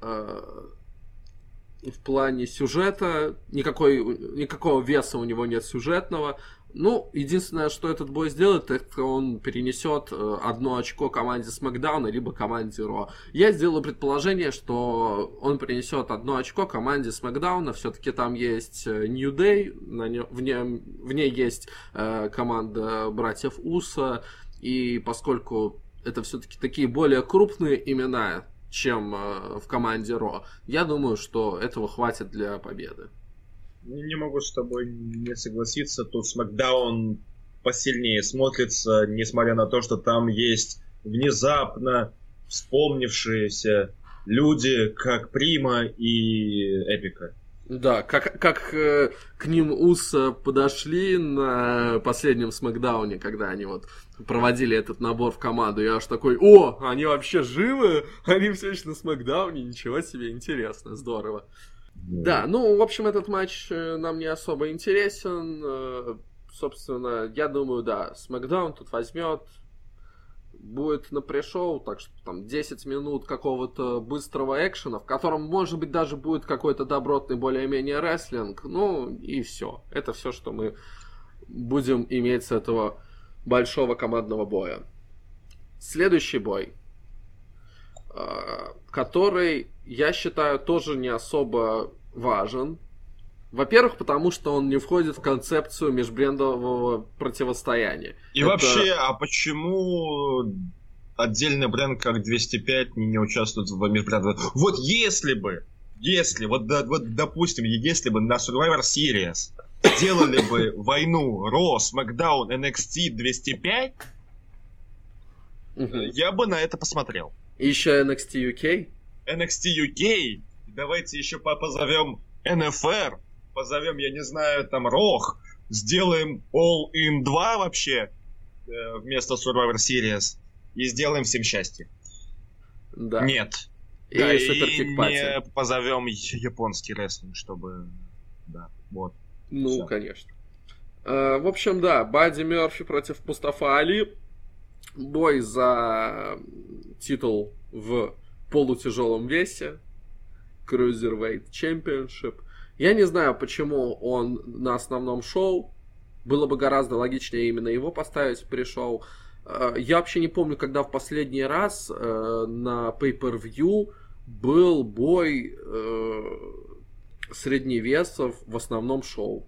в плане сюжета, никакого веса у него нет сюжетного. Ну, единственное, что этот бой сделает, это он перенесет 1 очко команде SmackDown либо команде Raw. Я сделаю предположение, что он принесет 1 очко команде SmackDown. Все-таки там есть New Day, в ней есть команда братьев Уса. И поскольку это все-таки такие более крупные имена, чем в команде Raw, я думаю, что этого хватит для победы. Не могу с тобой не согласиться. Тут SmackDown посильнее смотрится, несмотря на то, что там есть внезапно вспомнившиеся люди, как Прима и Эпика. Да, как к ним Уса подошли на последнем Смакдауне, когда они вот проводили этот набор в команду. Я аж такой: о, они вообще живы? Они все еще на Смакдауне? Ничего себе, интересно, здорово. Да, ну, в общем, этот матч нам не особо интересен. Собственно, я думаю, да, Смакдаун тут возьмет, будет на пришоу, так что там 10 минут какого-то быстрого экшена, в котором, может быть, даже будет какой-то добротный более-менее рестлинг. Ну, и все. Это все, что мы будем иметь с этого большого командного боя. Следующий бой, который, я считаю, тоже не особо важен. Во-первых, потому что он не входит в концепцию межбрендового противостояния. И вообще, а почему отдельный бренд, как 205, не участвует в межбрендовом? Вот если бы, допустим, если бы на Survivor Series делали бы войну Raw, SmackDown, NXT 205, я бы на это посмотрел. И еще NXT UK? NXT UK? Давайте еще позовем NFR, позовем, я не знаю, там Рох, сделаем All-In 2 вообще вместо Survivor Series и сделаем всем счастье. Да. Нет. И да, не позовем японский рестлинг, чтобы... Да, вот. Ну, всё. Конечно. В общем, да, Бадди Мерфи против Мустафа Али. Бой за титул в полутяжелом весе. Cruiserweight Championship. Я не знаю, почему он на основном шоу. Было бы гораздо логичнее именно его поставить в пришоу. Я вообще не помню, когда в последний раз на Pay-Per-View был бой средневесов в основном шоу.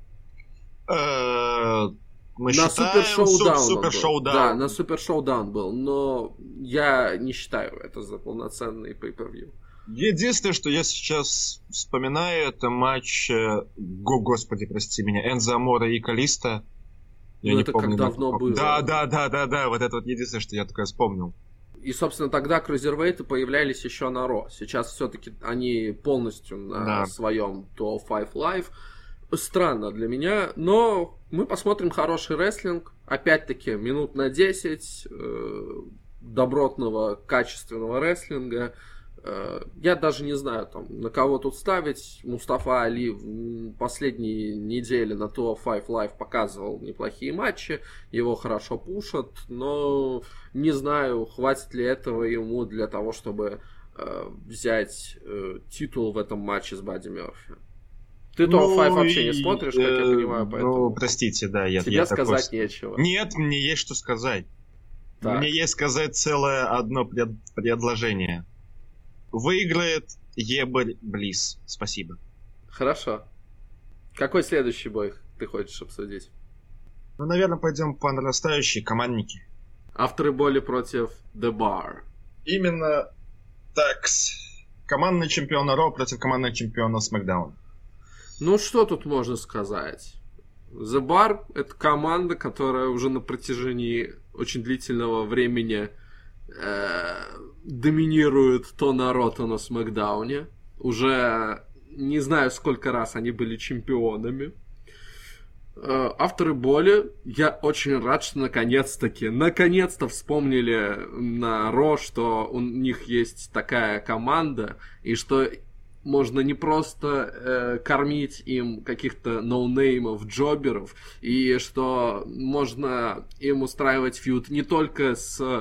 Мы на Супер Шоудаун. Да, на Супер Шоудаун был, но я не считаю это за полноценный Pay-Per-View. Единственное, что я сейчас вспоминаю, это матч, господи, прости меня, Энзо Аморе и Калиста. Я не это помню. Как давно было. Да, вот это вот единственное, что я такое вспомнил. И, собственно, тогда крузервейты появлялись еще на Ро. Сейчас все-таки они полностью на своем 205 Live. Странно для меня, но мы посмотрим хороший рестлинг. Опять-таки, минут на 10 добротного, качественного рестлинга. Я даже не знаю, там, на кого тут ставить. Мустафа Али в последние недели на Tour 5 Live показывал неплохие матчи, его хорошо пушат, но не знаю, хватит ли этого ему для того, чтобы взять титул в этом матче с Бадди Мерфи. Ты Tour 5 вообще не смотришь, как я понимаю, поэтому... Ну, простите, да, тебе сказать нечего. Нет, мне есть что сказать. Так. Мне есть сказать целое одно предложение. Выиграет Ебель Близ. Спасибо. Хорошо. Какой следующий бой ты хочешь обсудить? Ну, наверное, пойдем по нарастающей. Командники. Авторы боли против The Bar. Именно так. Командный чемпион Ро против командного чемпиона SmackDown. Ну, что тут можно сказать? The Bar — это команда, которая уже на протяжении очень длительного времени доминирует то на Ро, то на Смэкдауне. Уже не знаю, сколько раз они были чемпионами. Авторы боли, я очень рад, что наконец-то вспомнили на Ро, что у них есть такая команда, и что можно не просто кормить им каких-то ноунеймов, джоберов, и что можно им устраивать фьюд не только с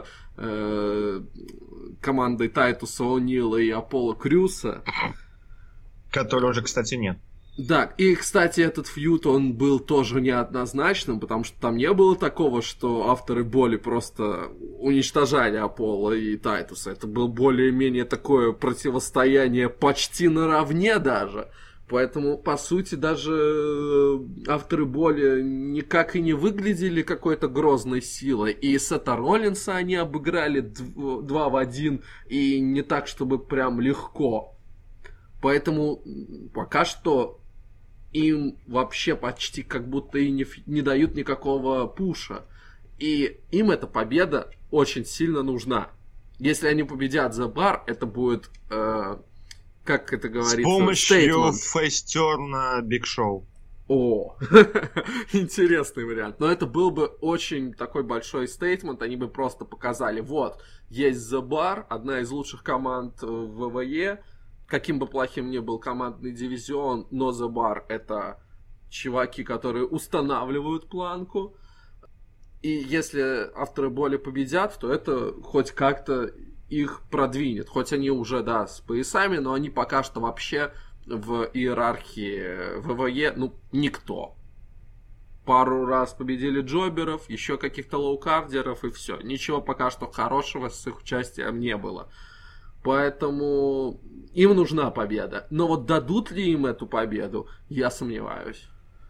командой Тайтуса О'Нила и Аполло Крюса. Который уже, кстати, нет. Да, и, кстати, этот фьюд, он был тоже неоднозначным, потому что там не было такого, что авторы боли просто уничтожали Аполло и Тайтуса. Это было более-менее такое противостояние почти наравне даже. Поэтому, по сути, даже авторы боли никак и не выглядели какой-то грозной силой. И Сета Роллинса они обыграли 2 в 1, и не так, чтобы прям легко. Поэтому пока что им вообще почти как будто и не дают никакого пуша. И им эта победа очень сильно нужна. Если они победят The Bar, это будет... как это говорится, с помощью фейстерна Биг Шоу. О, интересный вариант. Но это был бы очень такой большой стейтмент. Они бы просто показали, вот, есть The Bar, одна из лучших команд в ВВЕ. Каким бы плохим ни был командный дивизион, но The Bar — это чуваки, которые устанавливают планку. И если авторы боли победят, то это хоть как-то их продвинет. Хоть они уже, да, с поясами, но они пока что вообще в иерархии ВВЕ, никто. Пару раз победили джоберов, еще каких-то лоукардеров, и все. Ничего пока что хорошего с их участием не было. Поэтому им нужна победа. Но вот дадут ли им эту победу, я сомневаюсь.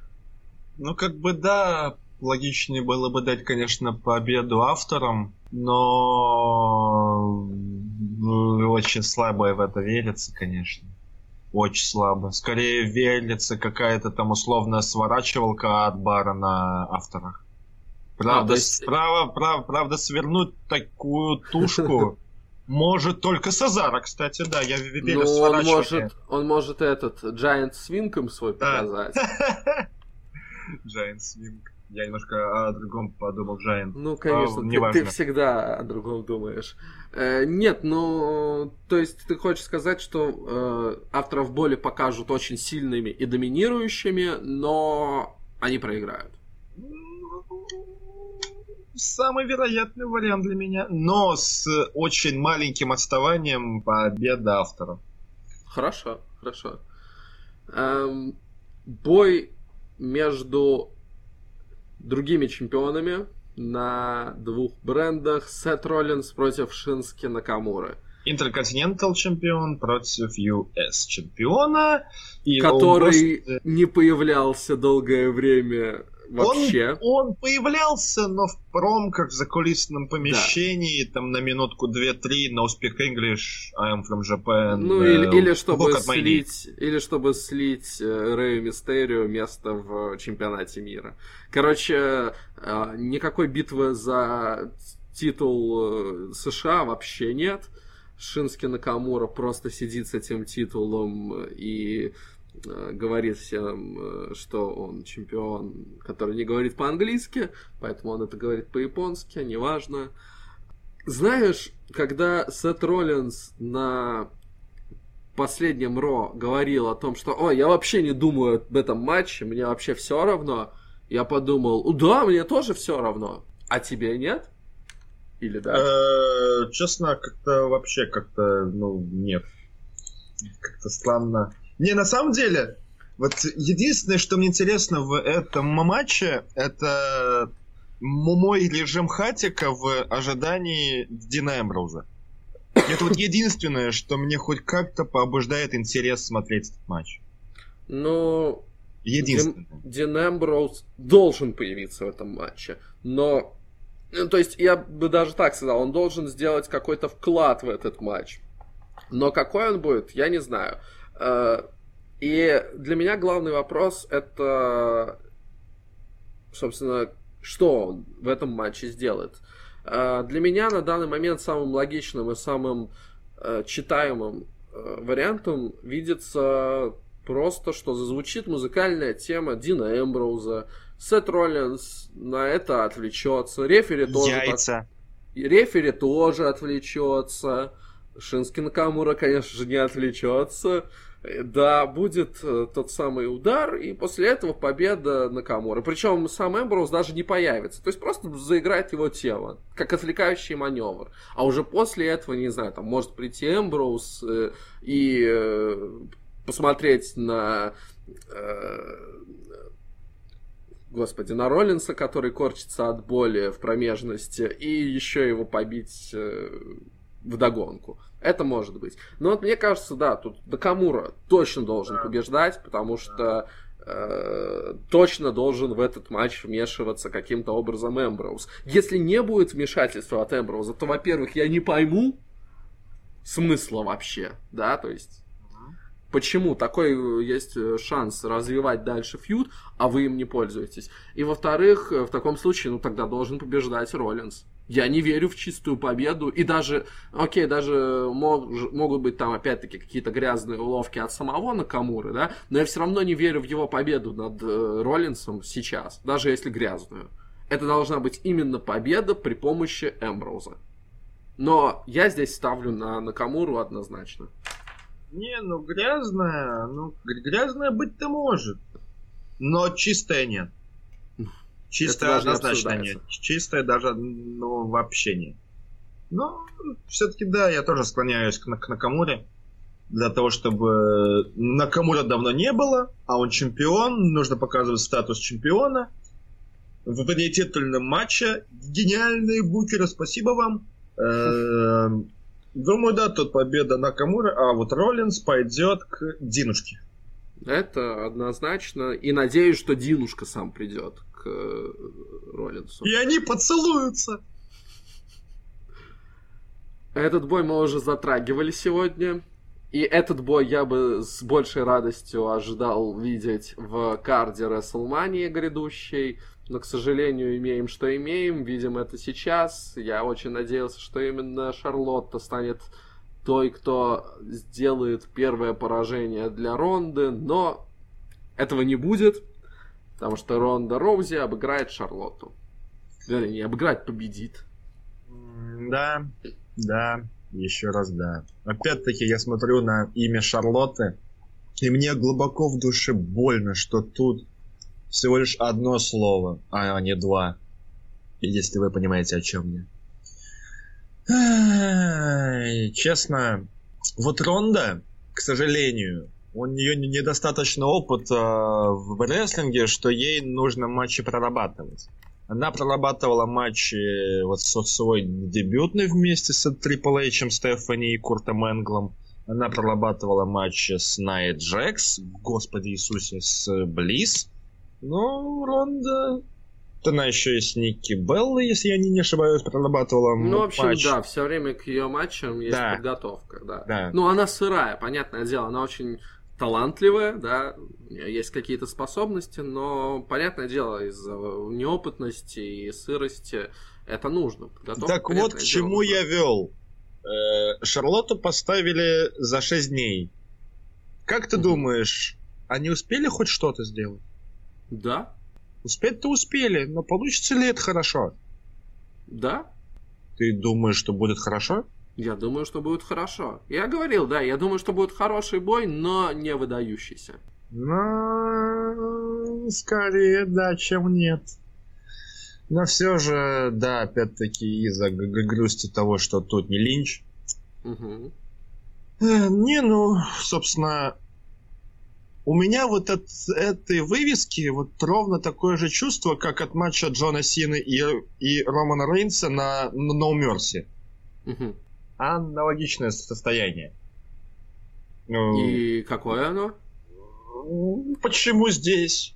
Да, логичнее было бы дать, конечно, победу авторам, но очень слабо в это верится, конечно. Очень слабо. Скорее верится какая-то там условная сворачивалка от Бара на авторах. Правда, правда свернуть такую тушку может только Сезаро, кстати, да, я верю в сворачивание. Он может этот Giant Swing им свой показать. Giant Swing. Я немножко о другом подумал, Giant. Конечно, ты всегда о другом думаешь. Нет, то есть ты хочешь сказать, что авторов боли покажут очень сильными и доминирующими, но они проиграют. Самый вероятный вариант для меня, но с очень маленьким отставанием победа авторов. Хорошо. Бой между другими чемпионами на двух брендах. Сет Роллинс против Шински Накамуры. Интерконтинентал чемпион против US чемпиона. Который не появлялся долгое время вообще. Он появлялся, но в промках в закулисном помещении, да. Там на минутку 2-3, no speak English, I am from Japan. Или чтобы слить Рэю Мистерио место в чемпионате мира. Короче, никакой битвы за титул США вообще нет. Шински Накамура просто сидит с этим титулом и говорит всем, что он чемпион, который не говорит по-английски, поэтому он это говорит по-японски, неважно. Знаешь, когда Сет Роллинс на последнем Ро говорил о том, что «Ой, я вообще не думаю об этом матче, мне вообще все равно», я подумал, да, мне тоже все равно. А тебе нет? Или да? Честно, как-то вообще нет. Как-то странно. Не, на самом деле, вот единственное, что мне интересно в этом матче, это мой режим хатика в ожидании Дина Эмброуза. Это вот единственное, что мне хоть как-то побуждает интерес смотреть этот матч. Ну, единственное. Дин Эмброуз должен появиться в этом матче, но, то есть я бы даже так сказал, он должен сделать какой-то вклад в этот матч. Но какой он будет, я не знаю. И для меня главный вопрос это, собственно, что он в этом матче сделает. Для меня на данный момент самым логичным и самым читаемым вариантом видится просто, что зазвучит музыкальная тема Дина Эмброуза, Сет Роллинс на это отвлечется, рефери тоже отвлечется, Шински Накамура, конечно же, не отвлечется. Да, будет тот самый удар, и после этого победа Накамуры. Причем сам Эмброуз даже не появится. То есть просто заиграет его тело, как отвлекающий маневр. А уже после этого, не знаю, там может прийти Эмброуз и посмотреть на... Господи, на Роллинса, который корчится от боли в промежности, и еще его побить вдогонку. Это может быть. Но вот мне кажется, да, тут Накамура точно должен побеждать, потому что точно должен в этот матч вмешиваться каким-то образом Эмброуз. Если не будет вмешательства от Эмброуза, то, во-первых, я не пойму смысла вообще, да, то есть почему такой есть шанс развивать дальше фьюд, а вы им не пользуетесь. И, во-вторых, в таком случае, тогда должен побеждать Роллинс. Я не верю в чистую победу. И даже, даже могут быть там опять-таки какие-то грязные уловки от самого Накамуры, да, но я все равно не верю в его победу над Роллинсом сейчас, даже если грязную. Это должна быть именно победа при помощи Эмброуза. Но я здесь ставлю на Накамуру однозначно. Не, грязная быть-то может. Но чистая нет. Чистая однозначно нет. Чистая даже, вообще нет. Но все-таки да, я тоже склоняюсь к Накамуре. Для того, чтобы Накамура давно не было, а он чемпион, нужно показывать статус чемпиона. В вариативном матче гениальные букеры, спасибо вам. Думаю, да, тут победа Накамура, а вот Роллинс пойдет к Динушке. Это однозначно. И надеюсь, что Динушка сам придет к Роллинсу. И они поцелуются. Этот бой мы уже затрагивали сегодня. И этот бой я бы с большей радостью ожидал видеть в карде WrestleMania грядущей. Но, к сожалению, имеем, что имеем. Видим это сейчас. Я очень надеялся, что именно Шарлотта станет той, кто сделает первое поражение для Ронды. Но этого не будет. Потому что Ронда Роузи обыграет Шарлотту. Вернее, не обыграет, победит. Да, еще раз да. Опять-таки я смотрю на имя Шарлотты, и мне глубоко в душе больно, что тут всего лишь одно слово, а не два. Если вы понимаете, о чем я. Честно, вот Ронда, к сожалению, у нее недостаточно опыта в рестлинге, что ей нужно матчи прорабатывать. Она прорабатывала матчи вот свой дебютный вместе с Triple H, Стефани и Куртом Энглом. Она прорабатывала матчи с Nia Jax, Господи Иисусе, с Блисс. Ну, Ронда... Она еще и с Никки Беллой, если я не ошибаюсь, прорабатывала матч. Ну, в общем, да, все время к ее матчам есть подготовка, да. Ну, она сырая, понятное дело, она очень талантливая, да, у нее есть какие-то способности, но, понятное дело, из-за неопытности и сырости это нужно. Так вот, к чему я вел. Шарлотту поставили за 6 дней. Как ты думаешь, они успели хоть что-то сделать? Да. Успеть-то успели, но получится ли это хорошо? Да. Ты думаешь, что будет хорошо? Я думаю, что будет хорошо. Я говорил, да, я думаю, что будет хороший бой, но не выдающийся. Ну, скорее да, чем нет. Но все же, да, опять-таки из-за грусти того, что тут не Линч. Угу. Не, ну, собственно, у меня вот от этой вывески вот ровно такое же чувство, как от матча Джона Сины и Романа Рейнса на No Mercy. Угу. Аналогичное состояние. И какое оно? Почему здесь?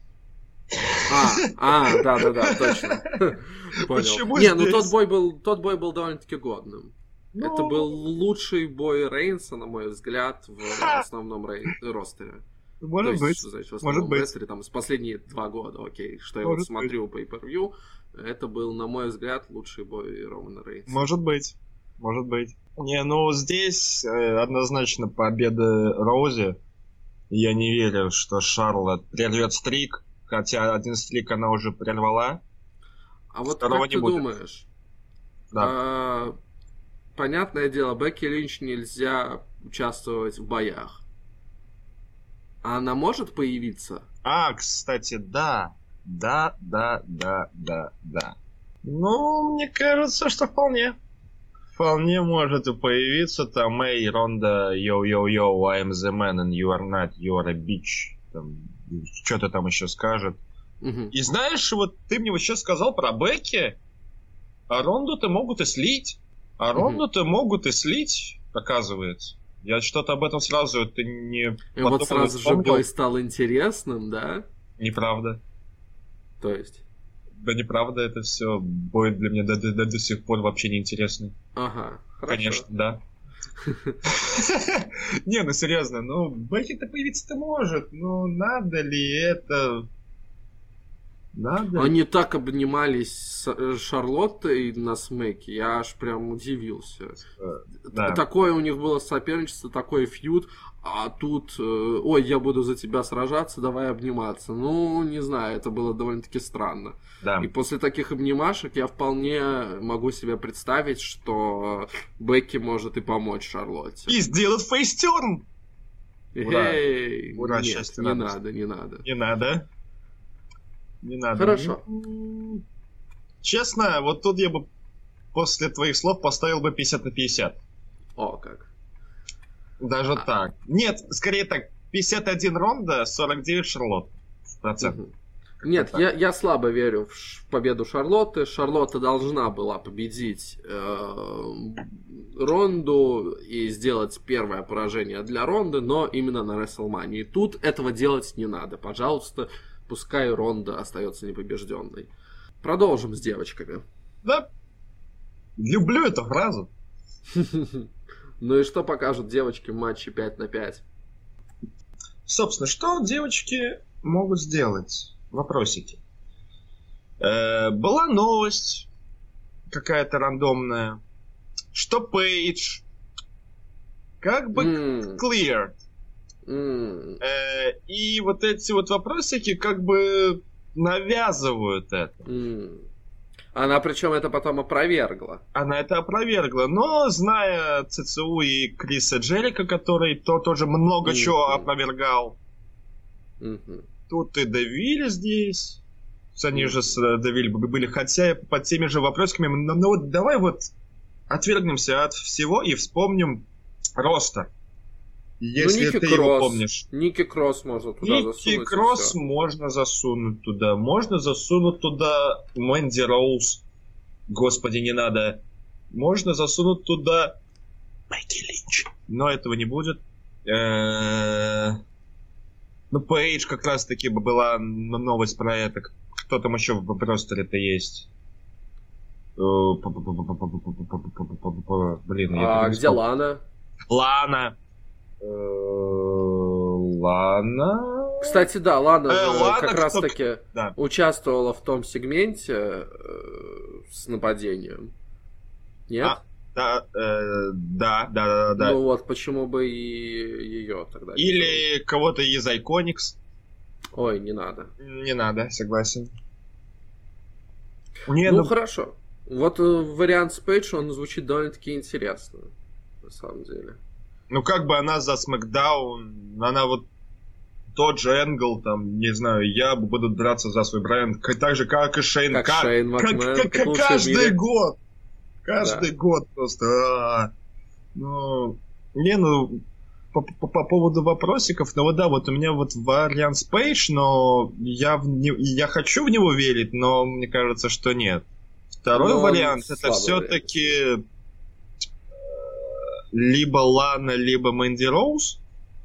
Да, точно. Понял. Почему Не, ну здесь? тот бой был довольно-таки годным. Это был лучший бой Рейнса, на мой взгляд, в основном ростере. Может быть. Что значит в основном ростере, там, с последние 2 года, окей, что я вот смотрю по pay-per-view, это был, на мой взгляд, лучший бой Романа Рейнса. Может быть. Не, ну здесь однозначно победа Роузи. Я не верю, что Шарлотт прервет стрик, хотя один стрик она уже прервала. А вот как ты думаешь? Да. Понятное дело, Бекки Линч нельзя участвовать в боях. А она может появиться? Кстати, да. Да. Ну, мне кажется, что вполне. Вполне может и появиться там, эй, Ронда, йоу-йоу-йоу, I'm the man and you are not, you are a bitch. Там, что-то там еще скажет. Угу. И знаешь, вот ты мне вот сейчас сказал про Бекки, а Ронду-то могут и слить. Оказывается. Я что-то об этом сразу это не... И вот сразу же бой стал интересным, да? Неправда. То есть? Да неправда, это все. Бой для меня до сих пор вообще не интересный. Ага, хорошо. Конечно, да. Не, ну серьезно, ну Бекки-то появиться-то может, но надо ли это... Они так обнимались с Шарлоттой на Смеке, я аж прям удивился. Да. Такое у них было соперничество, такой фьюд, а тут, ой, я буду за тебя сражаться, давай обниматься. Ну, не знаю, это было довольно-таки странно. Да. И после таких обнимашек я вполне могу себе представить, что Бекки может и помочь Шарлотте. И сделать фейстерн! Эй, Ура, нет, счастье, не радость. надо, не надо. Не надо. Хорошо. Честно, вот тут я бы после твоих слов поставил бы 50 на 50. О, как. Даже так. Нет, скорее так. 51 Ронда, 49 Шарлотт. Процент. Нет, я слабо верю в победу Шарлотты. Шарлотта должна была победить Ронду и сделать первое поражение для Ронды, но именно на WrestleMania. Тут этого делать не надо. Пожалуйста, пускай Ронда остается непобежденной. Продолжим с девочками. Да. Люблю эту фразу. Ну и что покажут девочки в матче 5 на 5? Собственно, что девочки могут сделать? Вопросики. Была новость какая-то рандомная, что Пейдж как бы cleared. И вот эти вот вопросики как бы навязывают это. Она причем это потом опровергла. Она это опровергла, но зная ЦЦУ и Криса Джерика, который тоже много чего опровергал, тут и давили здесь. Они же давили были, хотя под теми же вопросиками. Но вот давай вот отвергнемся от всего и вспомним ростер. Если ты его помнишь. Ники Кросс можно туда засунуть. Ники Кросс можно засунуть туда. Можно засунуть туда Мэнди Роуз. Господи, не надо. Можно засунуть туда Бекки Линч. Но этого не будет. Ну, Пейдж как раз-таки была новость про это. Кто там еще в ростере-то есть? Блин, а где Лана? Лана. Кстати, да, Лана как раз-таки да. участвовала в том сегменте с нападением. Нет? Да. Ну вот, почему бы и ее тогда? Или кого-то из Iconics. Ой, не надо. Не надо, согласен. Ну, хорошо. Вот вариант с Пейдж, он звучит довольно-таки интересно. на самом деле. Ну, как бы она за SmackDown, она вот тот же Энгл, там, не знаю, я буду драться за свой бренд, так же, как и Шейн. Как Шейн Макмен, как каждый год. Каждый год просто. Ну, по поводу вопросиков, ну вот да, вот у меня вот вариант с Пейдж, но я хочу в него верить, но мне кажется, что нет. Второй вариант, это все-таки либо Лана, либо Мэнди Роуз.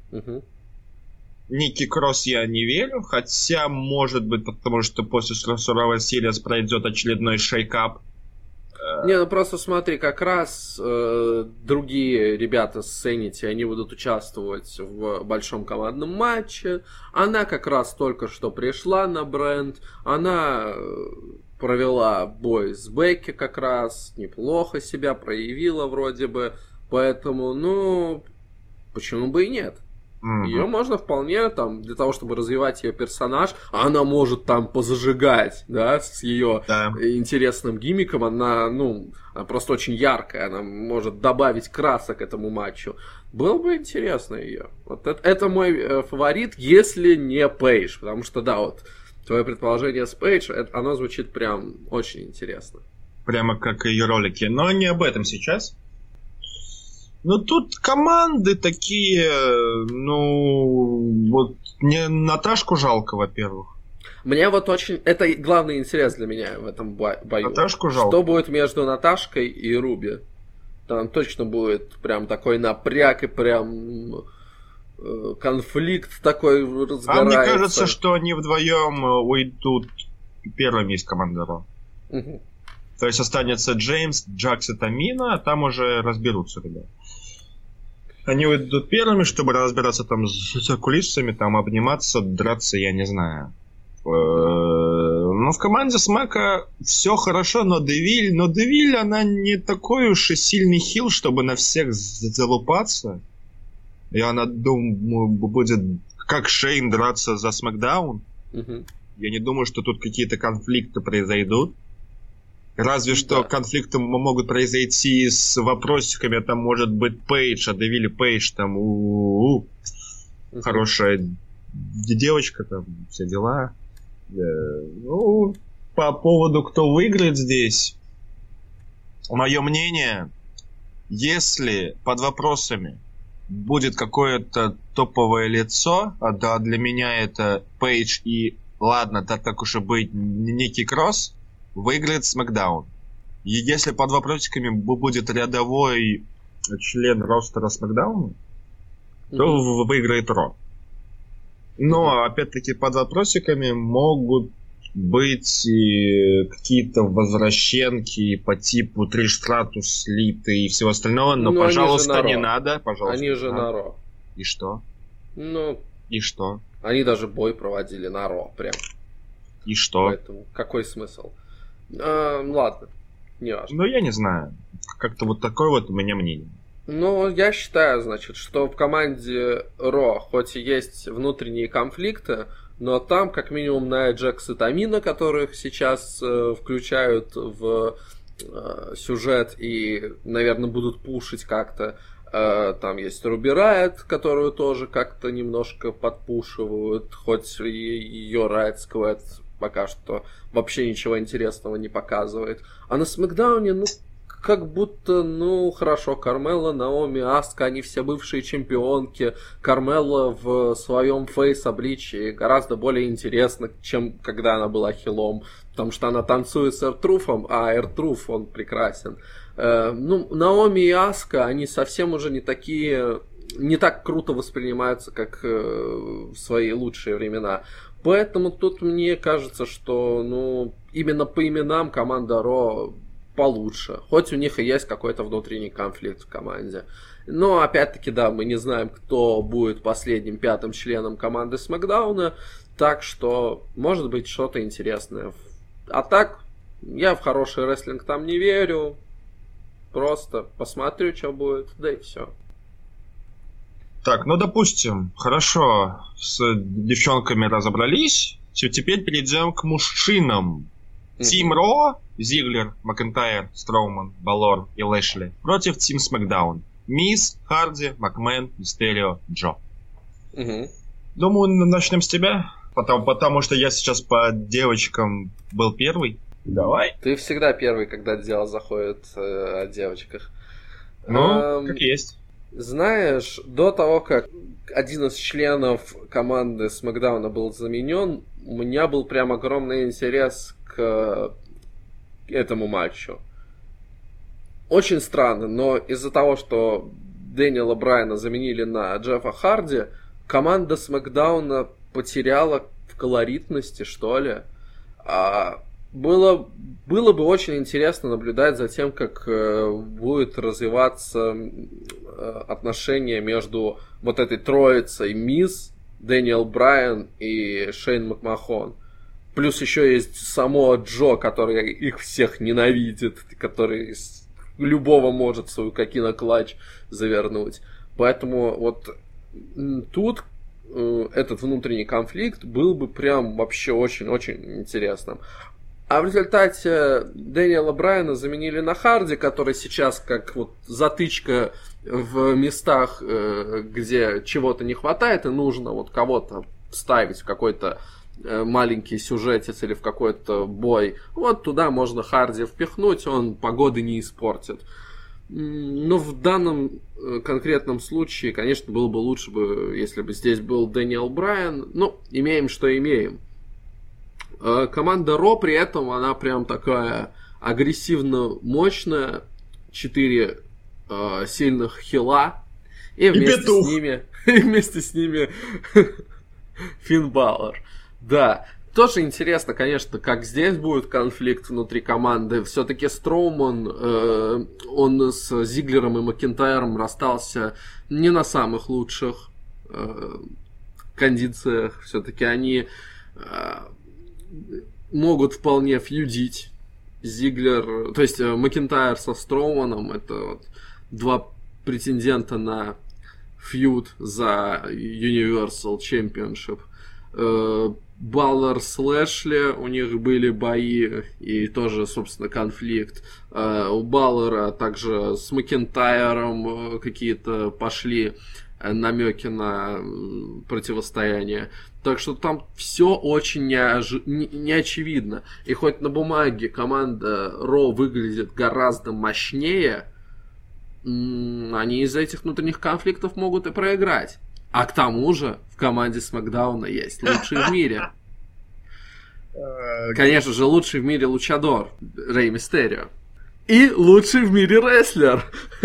Ники Кросс я не верю, хотя, может быть, потому что после Survivor Series пройдет очередной шейкап. Не, ну просто смотри, как раз другие ребята с Sanity, они будут участвовать в большом командном матче. Она как раз только что пришла на бренд. Она провела бой с Бекки как раз, неплохо себя проявила вроде бы. Поэтому, ну, почему бы и нет? Ее можно вполне, там, для того, чтобы развивать ее персонаж, она может там позажигать, да, с ее интересным гиммиком, она просто очень яркая, она может добавить красок этому матчу. Было бы интересно ее. Вот это мой фаворит, если не Пейдж, потому что, да, вот, твое предположение с Пейдж, оно звучит прям очень интересно. Прямо как ее ролики, но не об этом сейчас. Ну, тут команды такие, вот мне Наташку жалко, во-первых. Мне вот очень... Это главный интерес для меня в этом бою. Наташку жалко. Что будет между Наташкой и Руби? Там точно будет прям такой напряг и прям конфликт такой разгорается. А мне кажется, что они вдвоем уйдут первыми из команды Ро. То есть останется Джеймс, Джакс и Тамина, а там уже разберутся, ребят. Они уйдут первыми, чтобы разбираться там с кулисами, там обниматься, драться, я не знаю. Но в команде Смэка все хорошо, но Девиль, она не такой уж и сильный хил, чтобы на всех залупаться. И она, думаю, будет как Шейн драться за Смэкдаун. Я не думаю, что тут какие-то конфликты произойдут. Разве что конфликты могут произойти с вопросиками, там может быть Пейдж, а Девиль Пейдж там хорошая девочка, там все дела. Ну, по поводу кто выиграет здесь, мое мнение, если под вопросами будет какое-то топовое лицо, да, для меня это Пейдж и, ладно, так уж и быть, Ники Кросс, выиграет SmackDown. И если под вопросиками будет рядовой член ростера SmackDown, то выиграет Ро. Но, опять-таки, под вопросиками могут быть какие-то возвращенки по типу Триш Стратус, Литы и всего остального, но пожалуйста, не надо. Пожалуйста, они же на Ро. И что? И что? Они даже бой проводили на Ро, прям. И что? Поэтому какой смысл? Ладно, не важно. Ну, я не знаю. Как-то вот такое вот у меня мнение. Ну, я считаю, значит, что в команде Ро хоть и есть внутренние конфликты, но там как минимум Найя Джекс и Тамина, которых сейчас включают в сюжет и, наверное, будут пушить как-то. Там есть Руби Райт, которую тоже как-то немножко подпушивают, хоть и ее Райт Сквад пока что вообще ничего интересного не показывает. А на Смэкдауне, как будто, хорошо, Кармелла, Наоми, Аска, они все бывшие чемпионки. Кармелла в своем фейс-обличии гораздо более интересна, чем когда она была хилом, потому что она танцует с R-Truth'ом, а R-Truth, он прекрасен. Наоми и Аска, они совсем уже не так круто воспринимаются, как в свои лучшие времена. Поэтому тут мне кажется, что, именно по именам команда Ро получше. Хоть у них и есть какой-то внутренний конфликт в команде. Но, опять-таки, да, мы не знаем, кто будет последним пятым членом команды Смэкдауна. Так что, может быть, что-то интересное. А так, я в хороший рестлинг там не верю. Просто посмотрю, что будет, да и все. Так, допустим, хорошо, с девчонками разобрались. Теперь перейдем к мужчинам. Тим Ро, Зиглер, Макентайр, Строуман, Балор и Лэшли против Тим Смэкдаун. Мисс, Харди, Макмен, Мистерио, Джо. Угу. Думаю, начнем с тебя, потому что я сейчас по девочкам был первый. Давай. Ты всегда первый, когда дело заходит о девочках. Как есть. Знаешь, до того, как один из членов команды Смэкдауна был заменен, у меня был прям огромный интерес к этому матчу. Очень странно, но из-за того, что Дэниела Брайана заменили на Джеффа Харди, команда Смэкдауна потеряла в колоритности, что ли. Было бы очень интересно наблюдать за тем, как будет развиваться отношение между вот этой троицей Миз, Дэниел Брайан и Шейн Макмахон. Плюс еще есть само Джо, который их всех ненавидит, который из любого может свою кокина-клатч завернуть. Поэтому вот тут этот внутренний конфликт был бы прям вообще очень-очень интересным. А в результате Дэниела Брайана заменили на Харди, который сейчас как вот затычка в местах, где чего-то не хватает, и нужно вот кого-то вставить в какой-то маленький сюжетец или в какой-то бой. Вот туда можно Харди впихнуть, он погоды не испортит. Но в данном конкретном случае, конечно, было бы лучше, если бы здесь был Дэниел Брайан. Ну, имеем, что имеем. Команда Ро при этом, она прям такая агрессивно мощная. 4 сильных хила. И вместе с ними Финн Балор. Да, тоже интересно, конечно, как здесь будет конфликт внутри команды. Все-таки Строуман, он с Зиглером и Макентайром расстался не на самых лучших кондициях. Все-таки они могут вполне фьюдить. Зиглер, то есть Макентайр со Строуманом, это вот 2 претендента на фьюд за Universal Championship. Баллар с Лэшли, у них были бои и тоже, собственно, конфликт. У Баллара также с Макентайром какие-то пошли намеки на противостояние. Так что там все очень неочевидно. И хоть на бумаге команда Ро выглядит гораздо мощнее, они из-за этих внутренних конфликтов могут и проиграть. А к тому же в команде Смэкдауна есть лучший в мире. Конечно же, лучший в мире лучадор Рей Мистерио. И лучший в мире рестлер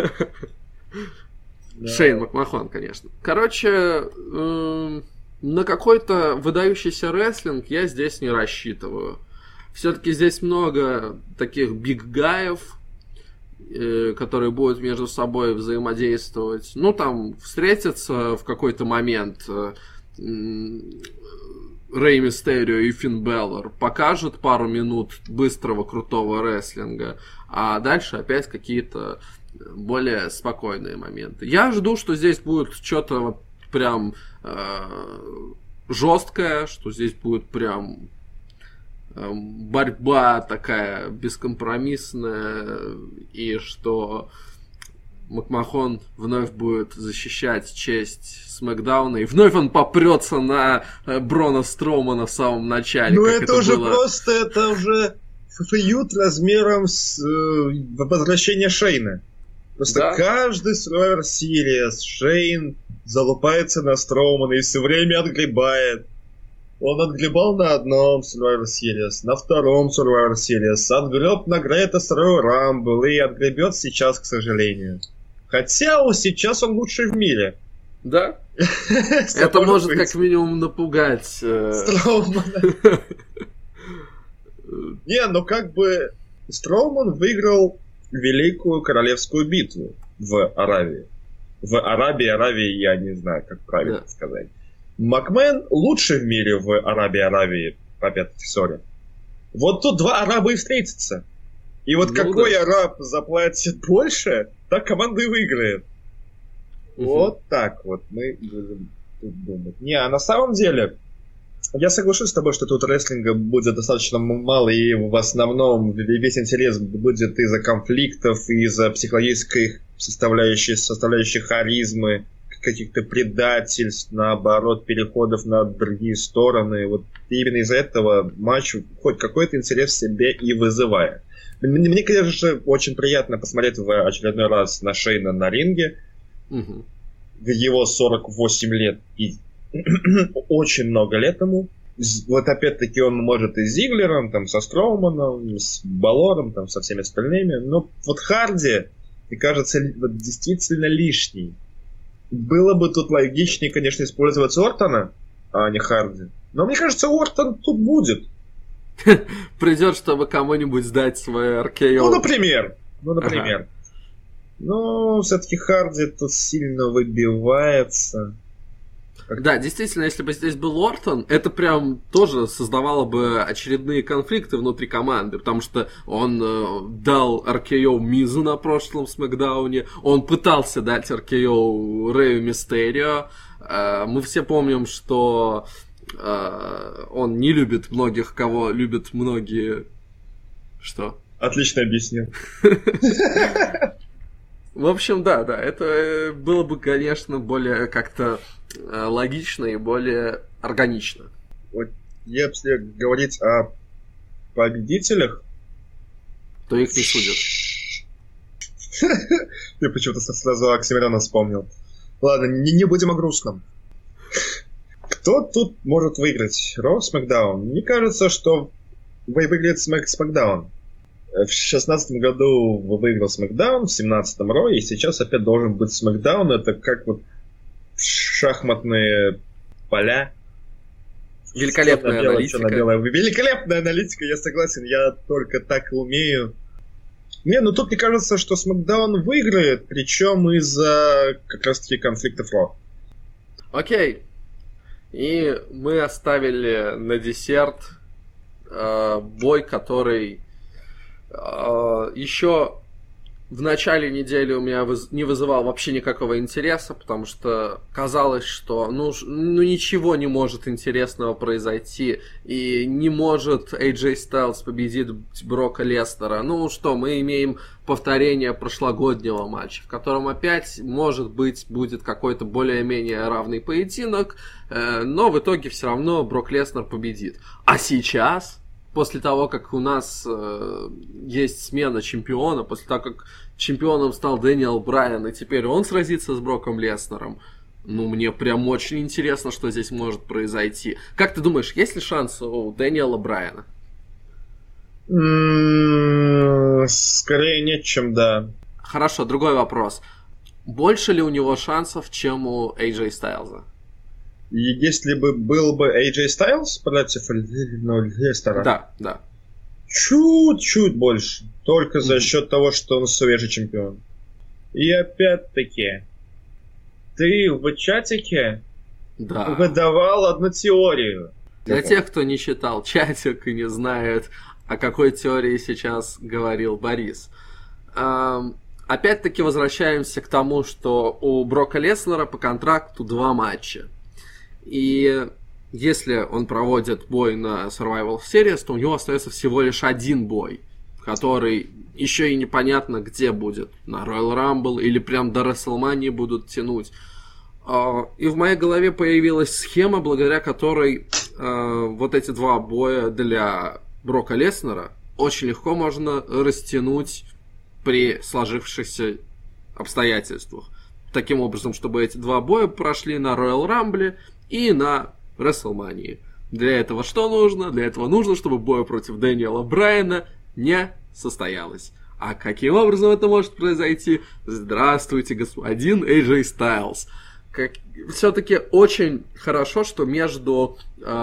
Шейн Макмахон, конечно. Короче, на какой-то выдающийся рестлинг я здесь не рассчитываю. Все-таки здесь много таких биггаев, которые будут между собой взаимодействовать. Ну, там встретятся в какой-то момент Рей Мистерио и Финн Балор, покажут пару минут быстрого крутого рестлинга, а дальше опять какие-то более спокойные моменты. Я жду, что здесь будет что-то прям жесткое, что здесь будет прям борьба такая бескомпромиссная, и что Макмахон вновь будет защищать честь Смэкдауна, и вновь он попрется на Брона Строумана в самом начале. Ну это уже было. Просто, это уже фьюд размером с возвращение Шейна. Просто да? Каждый Survivor Series Шейн залупается на Строумана и все время отгребает. Он отгребал на одном Survivor Series, на втором Survivor Series, отгреб на Greatest Royal Rumble и отгребет сейчас, к сожалению. Хотя сейчас он лучший в мире. Да? Это может как минимум напугать Строумана. Не, ну как бы Строуман выиграл Великую Королевскую битву в Аравии. В Аравии, я не знаю, как правильно сказать. Макмен лучший в мире в Аравии, опять в ссоре. Вот тут 2 араба и встретятся. И вот какой араб заплатит больше, так команда и выиграет. Вот так вот мы будем тут думать. Не, а на самом деле, я соглашусь с тобой, что тут рестлинга будет достаточно мало, и в основном весь интерес будет из-за конфликтов, из-за психологических составляющей харизмы, каких-то предательств, наоборот, переходов на другие стороны. Вот именно из-за этого матч хоть какой-то интерес в себе и вызывает. Мне, конечно, очень приятно посмотреть в очередной раз на Шейна на ринге. Угу. В его 48 лет и очень много лет ему. Вот опять-таки он может и с Зиглером, там, со Строуманом, с Балором, там, со всеми остальными. Но вот Харди, мне кажется, вот, действительно лишний. Было бы тут логичнее, конечно, использовать Ортона, а не Харди. Но мне кажется, Ортон тут будет. Придет, чтобы кому-нибудь сдать свой RKO. Ну, например. Ага. Но все-таки Харди тут сильно выбивается. Да, действительно, если бы здесь был Ортон, это прям тоже создавало бы очередные конфликты внутри команды, потому что он дал RKO Мизу на прошлом Смэкдауне, он пытался дать RKO Рэю Мистерио. Мы все помним, что он не любит многих, кого любят многие... Что? Отлично объяснил. В общем, да, это было бы, конечно, более как-то логично и более органично. Вот если говорить о победителях, то их не судят. Я почему-то сразу Оксимирона вспомнил. Ладно, не будем о грустном. Кто тут может выиграть? Ро, Смэкдаун? Мне кажется, что выиграет Смэкдаун. В 2016 году выиграл Смэкдаун, в 2017 Ро, и сейчас опять должен быть Смэкдаун. Это как вот шахматные поля. Великолепная аналитика. Великолепная аналитика, я согласен, я только так и умею. Ну тут мне кажется, что Смэкдаун выиграет, причем из-за как раз-таки конфликтов Ро. Окей. И мы оставили на десерт бой, который еще в начале недели у меня не вызывал вообще никакого интереса, потому что казалось, что ну ничего не может интересного произойти, и не может AJ Styles победить Брока Леснера. Ну что, мы имеем повторение прошлогоднего матча, в котором опять, может быть, будет какой-то более-менее равный поединок, но в итоге все равно Брок Леснер победит. А сейчас... После того, как у нас есть смена чемпиона, после того, как чемпионом стал Дэниел Брайан, и теперь он сразится с Броком Леснером, ну, мне прям очень интересно, что здесь может произойти. Как ты думаешь, есть ли шанс у Дэниела Брайана? Скорее нет, чем да. Хорошо, другой вопрос. Больше ли у него шансов, чем у AJ Стайлза? И если бы был бы AJ Styles против Лестера? Да. Чуть-чуть больше. Только за счет того, что он свежий чемпион. И опять-таки, ты в чатике выдавал одну теорию. Для тех, кто не читал чатик и не знает, о какой теории сейчас говорил Борис. Опять-таки возвращаемся к тому, что у Брока Леснера по контракту 2 матча. И если он проводит бой на Survival Series, то у него остается всего лишь 1 бой, который еще и непонятно где будет. На Royal Rumble или прям до WrestleMania будут тянуть. И в моей голове появилась схема, благодаря которой вот эти 2 боя для Брока Леснера очень легко можно растянуть при сложившихся обстоятельствах. Таким образом, чтобы эти 2 боя прошли на Royal Rumble и на WrestleMania. Для этого что нужно? Для этого нужно, чтобы бой против Дэниела Брайана не состоялось. А каким образом это может произойти? Здравствуйте, господин AJ Styles. Все-таки очень хорошо, что между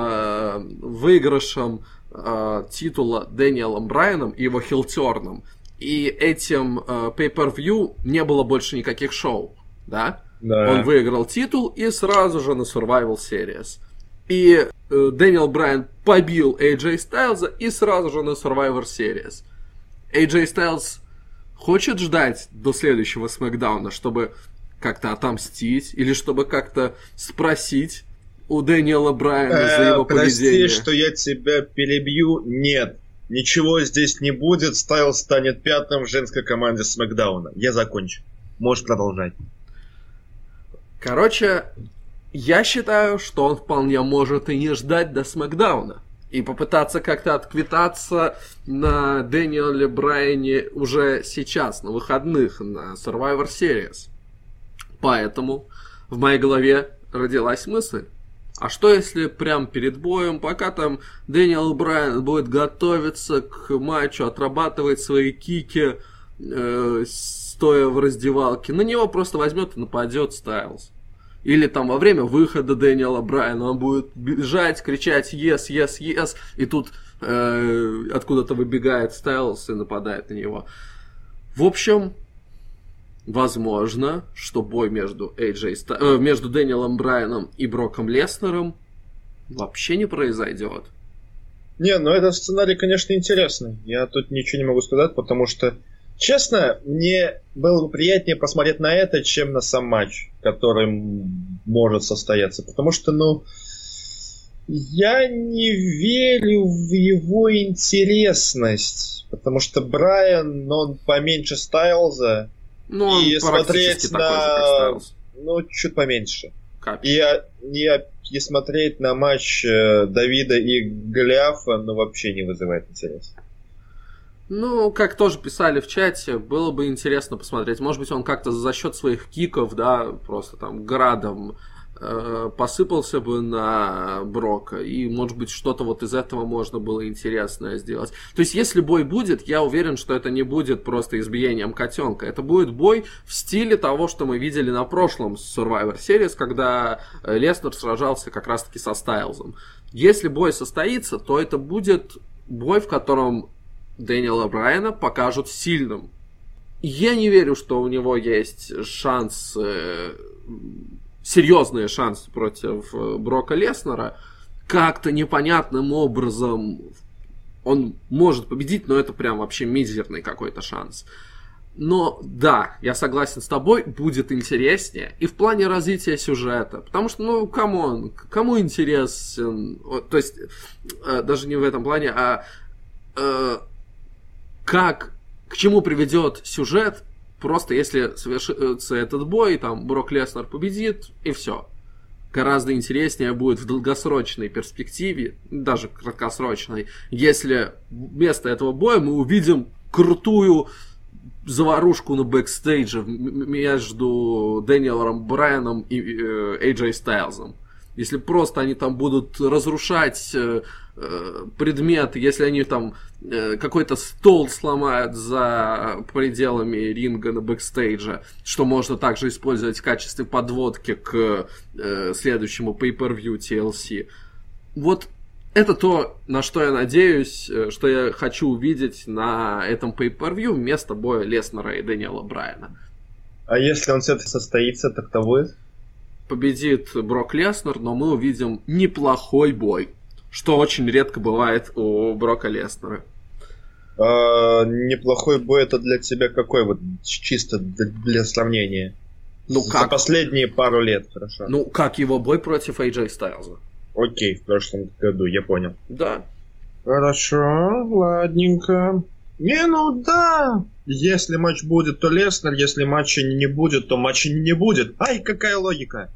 выигрышем титула Дэниелом Брайаном и его хилтерном и этим pay-per-view не было больше никаких шоу, да? Да. Он выиграл титул и сразу же на Survival Series. И Дэниел Брайан побил AJ Стайлза и сразу же на Survivor Series. AJ Styles хочет ждать до следующего Смэкдауна, чтобы как-то отомстить или чтобы как-то спросить у Дэниела Брайана за его поведение. Прости, что я тебя перебью. Нет, ничего здесь не будет. Стайлз станет 5-м в женской команде Смэкдауна. Я закончу. Можешь продолжать. Короче, я считаю, что он вполне может и не ждать до Смэкдауна. И попытаться как-то отквитаться на Дэниеле Брайане уже сейчас, на выходных, на Survivor Series. Поэтому в моей голове родилась мысль. А что если прям перед боем, пока там Дэниел Брайан будет готовиться к матчу, отрабатывать свои кики, стоя в раздевалке, на него просто возьмет и нападет Стайлз. Или там во время выхода Дэниела Брайана он будет бежать, кричать «Yes, yes, yes», и тут откуда-то выбегает Стайлз и нападает на него. В общем, возможно, что бой между между Дэниелом Брайаном и Броком Леснером вообще не произойдет. Не, ну этот сценарий, конечно, интересный. Я тут ничего не могу сказать, потому что, честно, мне было бы приятнее посмотреть на это, чем на сам матч, который может состояться. Потому что, я не верю в его интересность. Потому что Брайан, он поменьше Стайлза. Ну, и смотреть на... чуть поменьше. И смотреть на матч Давида и Голиафа, вообще не вызывает интерес. Ну, как тоже писали в чате, было бы интересно посмотреть. Может быть, он как-то за счет своих киков, да, просто там градом посыпался бы на Брока. И, может быть, что-то вот из этого можно было интересное сделать. То есть, если бой будет, я уверен, что это не будет просто избиением котенка. Это будет бой в стиле того, что мы видели на прошлом Survivor Series, когда Леснер сражался как раз-таки со Стайлзом. Если бой состоится, то это будет бой, в котором Дэниела Брайана покажут сильным. Я не верю, что у него есть шанс, серьезные шансы против Брока Леснера. Как-то непонятным образом он может победить, но это прям вообще мизерный какой-то шанс. Но да, я согласен с тобой, будет интереснее. И в плане развития сюжета. Потому что, камон, кому интересен... То есть, даже не в этом плане, а... к чему приведет сюжет, просто если совершится этот бой, там Брок Леснер победит, и все. Гораздо интереснее будет в долгосрочной перспективе, даже краткосрочной, если вместо этого боя мы увидим крутую заварушку на бэкстейдже между Дэниелом Брайаном и AJ Стайлзом. Если просто они там будут разрушать предметы, если они там какой-то стол сломают за пределами ринга на бэкстейдже, что можно также использовать в качестве подводки к следующему pay-per-view TLC. Вот это то, на что я надеюсь, что я хочу увидеть на этом pay-per-view вместо боя Леснера и Дэниела Брайана. А если он все-таки состоится, так то будет? Победит Брок Леснер, но мы увидим неплохой бой, что очень редко бывает у Брока Леснера. Неплохой бой это для тебя какой? Вот чисто для сравнения. За последние пару лет, хорошо. Как его бой против AJ Стайлза. Окей, в прошлом году, я понял. Да. Хорошо, ладненько. Да. Если матч будет, то Леснер, если матча не будет, то матча не будет. Ай, какая логика.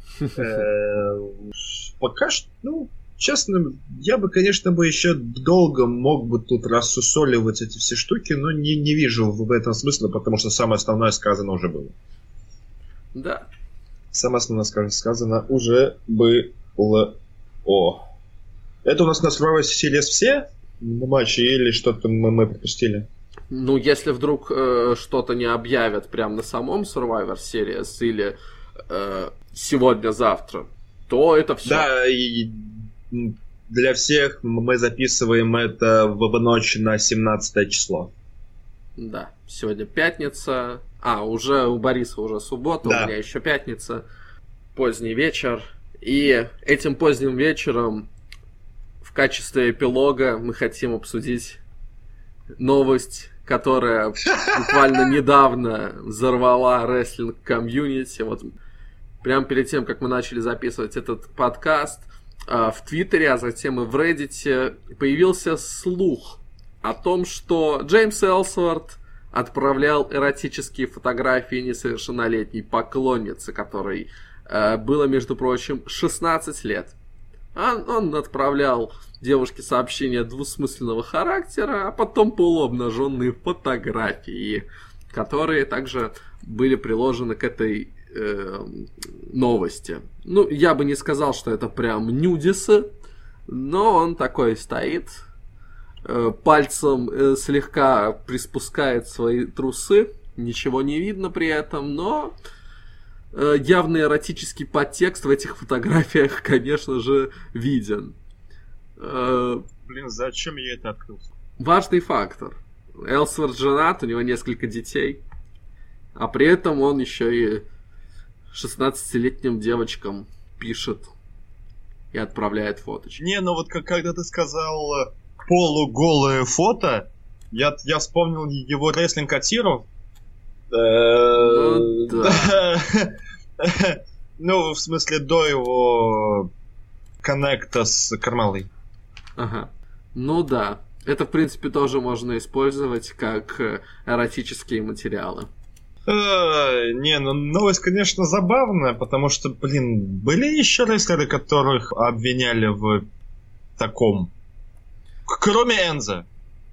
Пока что, честно, я бы, конечно, еще долго мог бы тут рассусоливать эти все штуки, но не вижу в этом смысла, потому что самое основное сказано уже было. Да. Самое основное сказано уже было. Это у нас на Survivor Series все матчи или что-то мы пропустили? Если вдруг что-то не объявят прямо на самом Survivor Series или сегодня-завтра, то это все. Да, и для всех мы записываем это в ночь на 17 число. Да, сегодня пятница. Уже у Бориса уже суббота, да. У меня еще пятница. Поздний вечер. И этим поздним вечером в качестве эпилога мы хотим обсудить новость, которая буквально недавно взорвала рестлинг-комьюнити. Вот прямо перед тем, как мы начали записывать этот подкаст, в Твиттере, а затем и в Reddit появился слух о том, что Джеймс Элсворт отправлял эротические фотографии несовершеннолетней поклоннице, которой было, между прочим, 16 лет. Он отправлял девушке сообщения двусмысленного характера, а потом полуобнаженные фотографии, которые также были приложены к этой новости. Ну, я бы не сказал, что это прям нюдисы, но он такой стоит, пальцем слегка приспускает свои трусы, ничего не видно при этом, но явный эротический подтекст в этих фотографиях, конечно же, виден. Блин, зачем я это открыл? Важный фактор. Элсворт женат, у него несколько детей, а при этом он еще и 16-летним девочкам пишет и отправляет фоточки. Не, ну вот когда ты сказал полуголое фото, я вспомнил его рестлинг-катиру. Ну, да. Ну, в смысле, до его коннекта с Кармалой. Ага. Ну да. Это, в принципе, тоже можно использовать как эротические материалы. Не, ну новость, конечно, забавная, потому что, блин, были еще рестлеры, которых обвиняли в таком. Кроме Энза.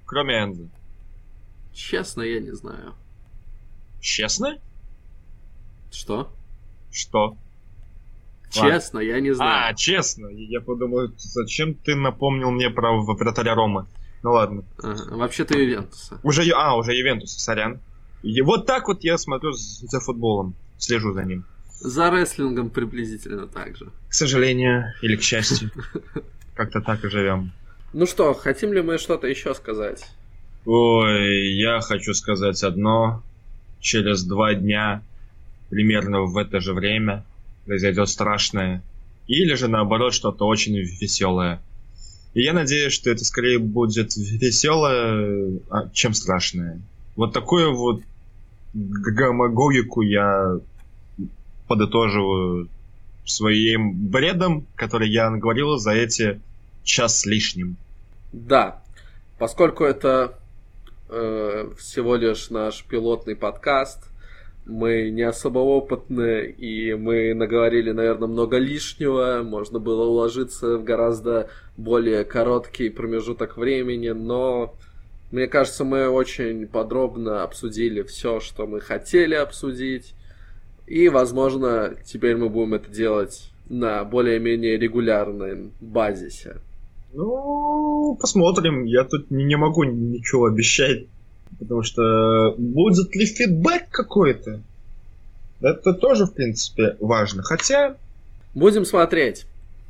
Честно, я не знаю. Честно? Что? Что? Честно, я не знаю. Честно. Я подумал, зачем ты напомнил мне про вратаря Ромы? Ну ладно. Ага. Вообще-то Ювентуса. Уже Ювентуса, сорян. И вот так вот я смотрю за футболом, слежу за ним. За рестлингом приблизительно так же. К сожалению, или к счастью. Как-то так и живем. Ну что, хотим ли мы что-то еще сказать? Ой, я хочу сказать одно. Через 2 дня, примерно в это же время, произойдет страшное. Или же наоборот, что-то очень веселое. И я надеюсь, что это скорее будет веселое, чем страшное. Вот такую вот гомогогику я подытоживаю своим бредом, который я наговорил за эти час с лишним. Да, поскольку это всего лишь наш пилотный подкаст, мы не особо опытны, и мы наговорили, наверное, много лишнего, можно было уложиться в гораздо более короткий промежуток времени, но мне кажется, мы очень подробно обсудили все, что мы хотели обсудить, и, возможно, теперь мы будем это делать на более-менее регулярном базисе. Ну, посмотрим. Я тут не могу ничего обещать, потому что будет ли фидбэк какой-то? Это тоже, в принципе, важно. Хотя... Будем смотреть.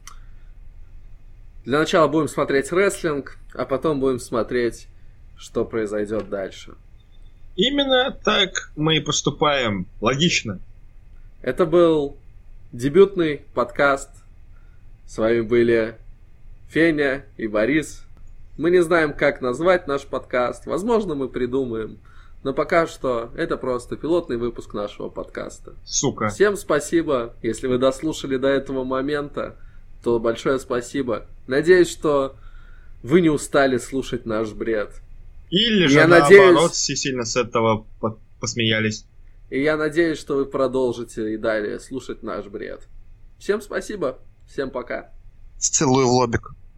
Для начала будем смотреть рестлинг, а потом будем смотреть, что произойдет дальше. Именно так мы и поступаем. Логично. Это был дебютный подкаст. С вами были Феня и Борис. Мы не знаем, как назвать наш подкаст. Возможно, мы придумаем. Но пока что это просто пилотный выпуск нашего подкаста. Сука. Всем спасибо. Если вы дослушали до этого момента, то большое спасибо. Надеюсь, что вы не устали слушать наш бред. Или же, наоборот, сильно с этого посмеялись. И я надеюсь, что вы продолжите и далее слушать наш бред. Всем спасибо. Всем пока. Целую в лобик.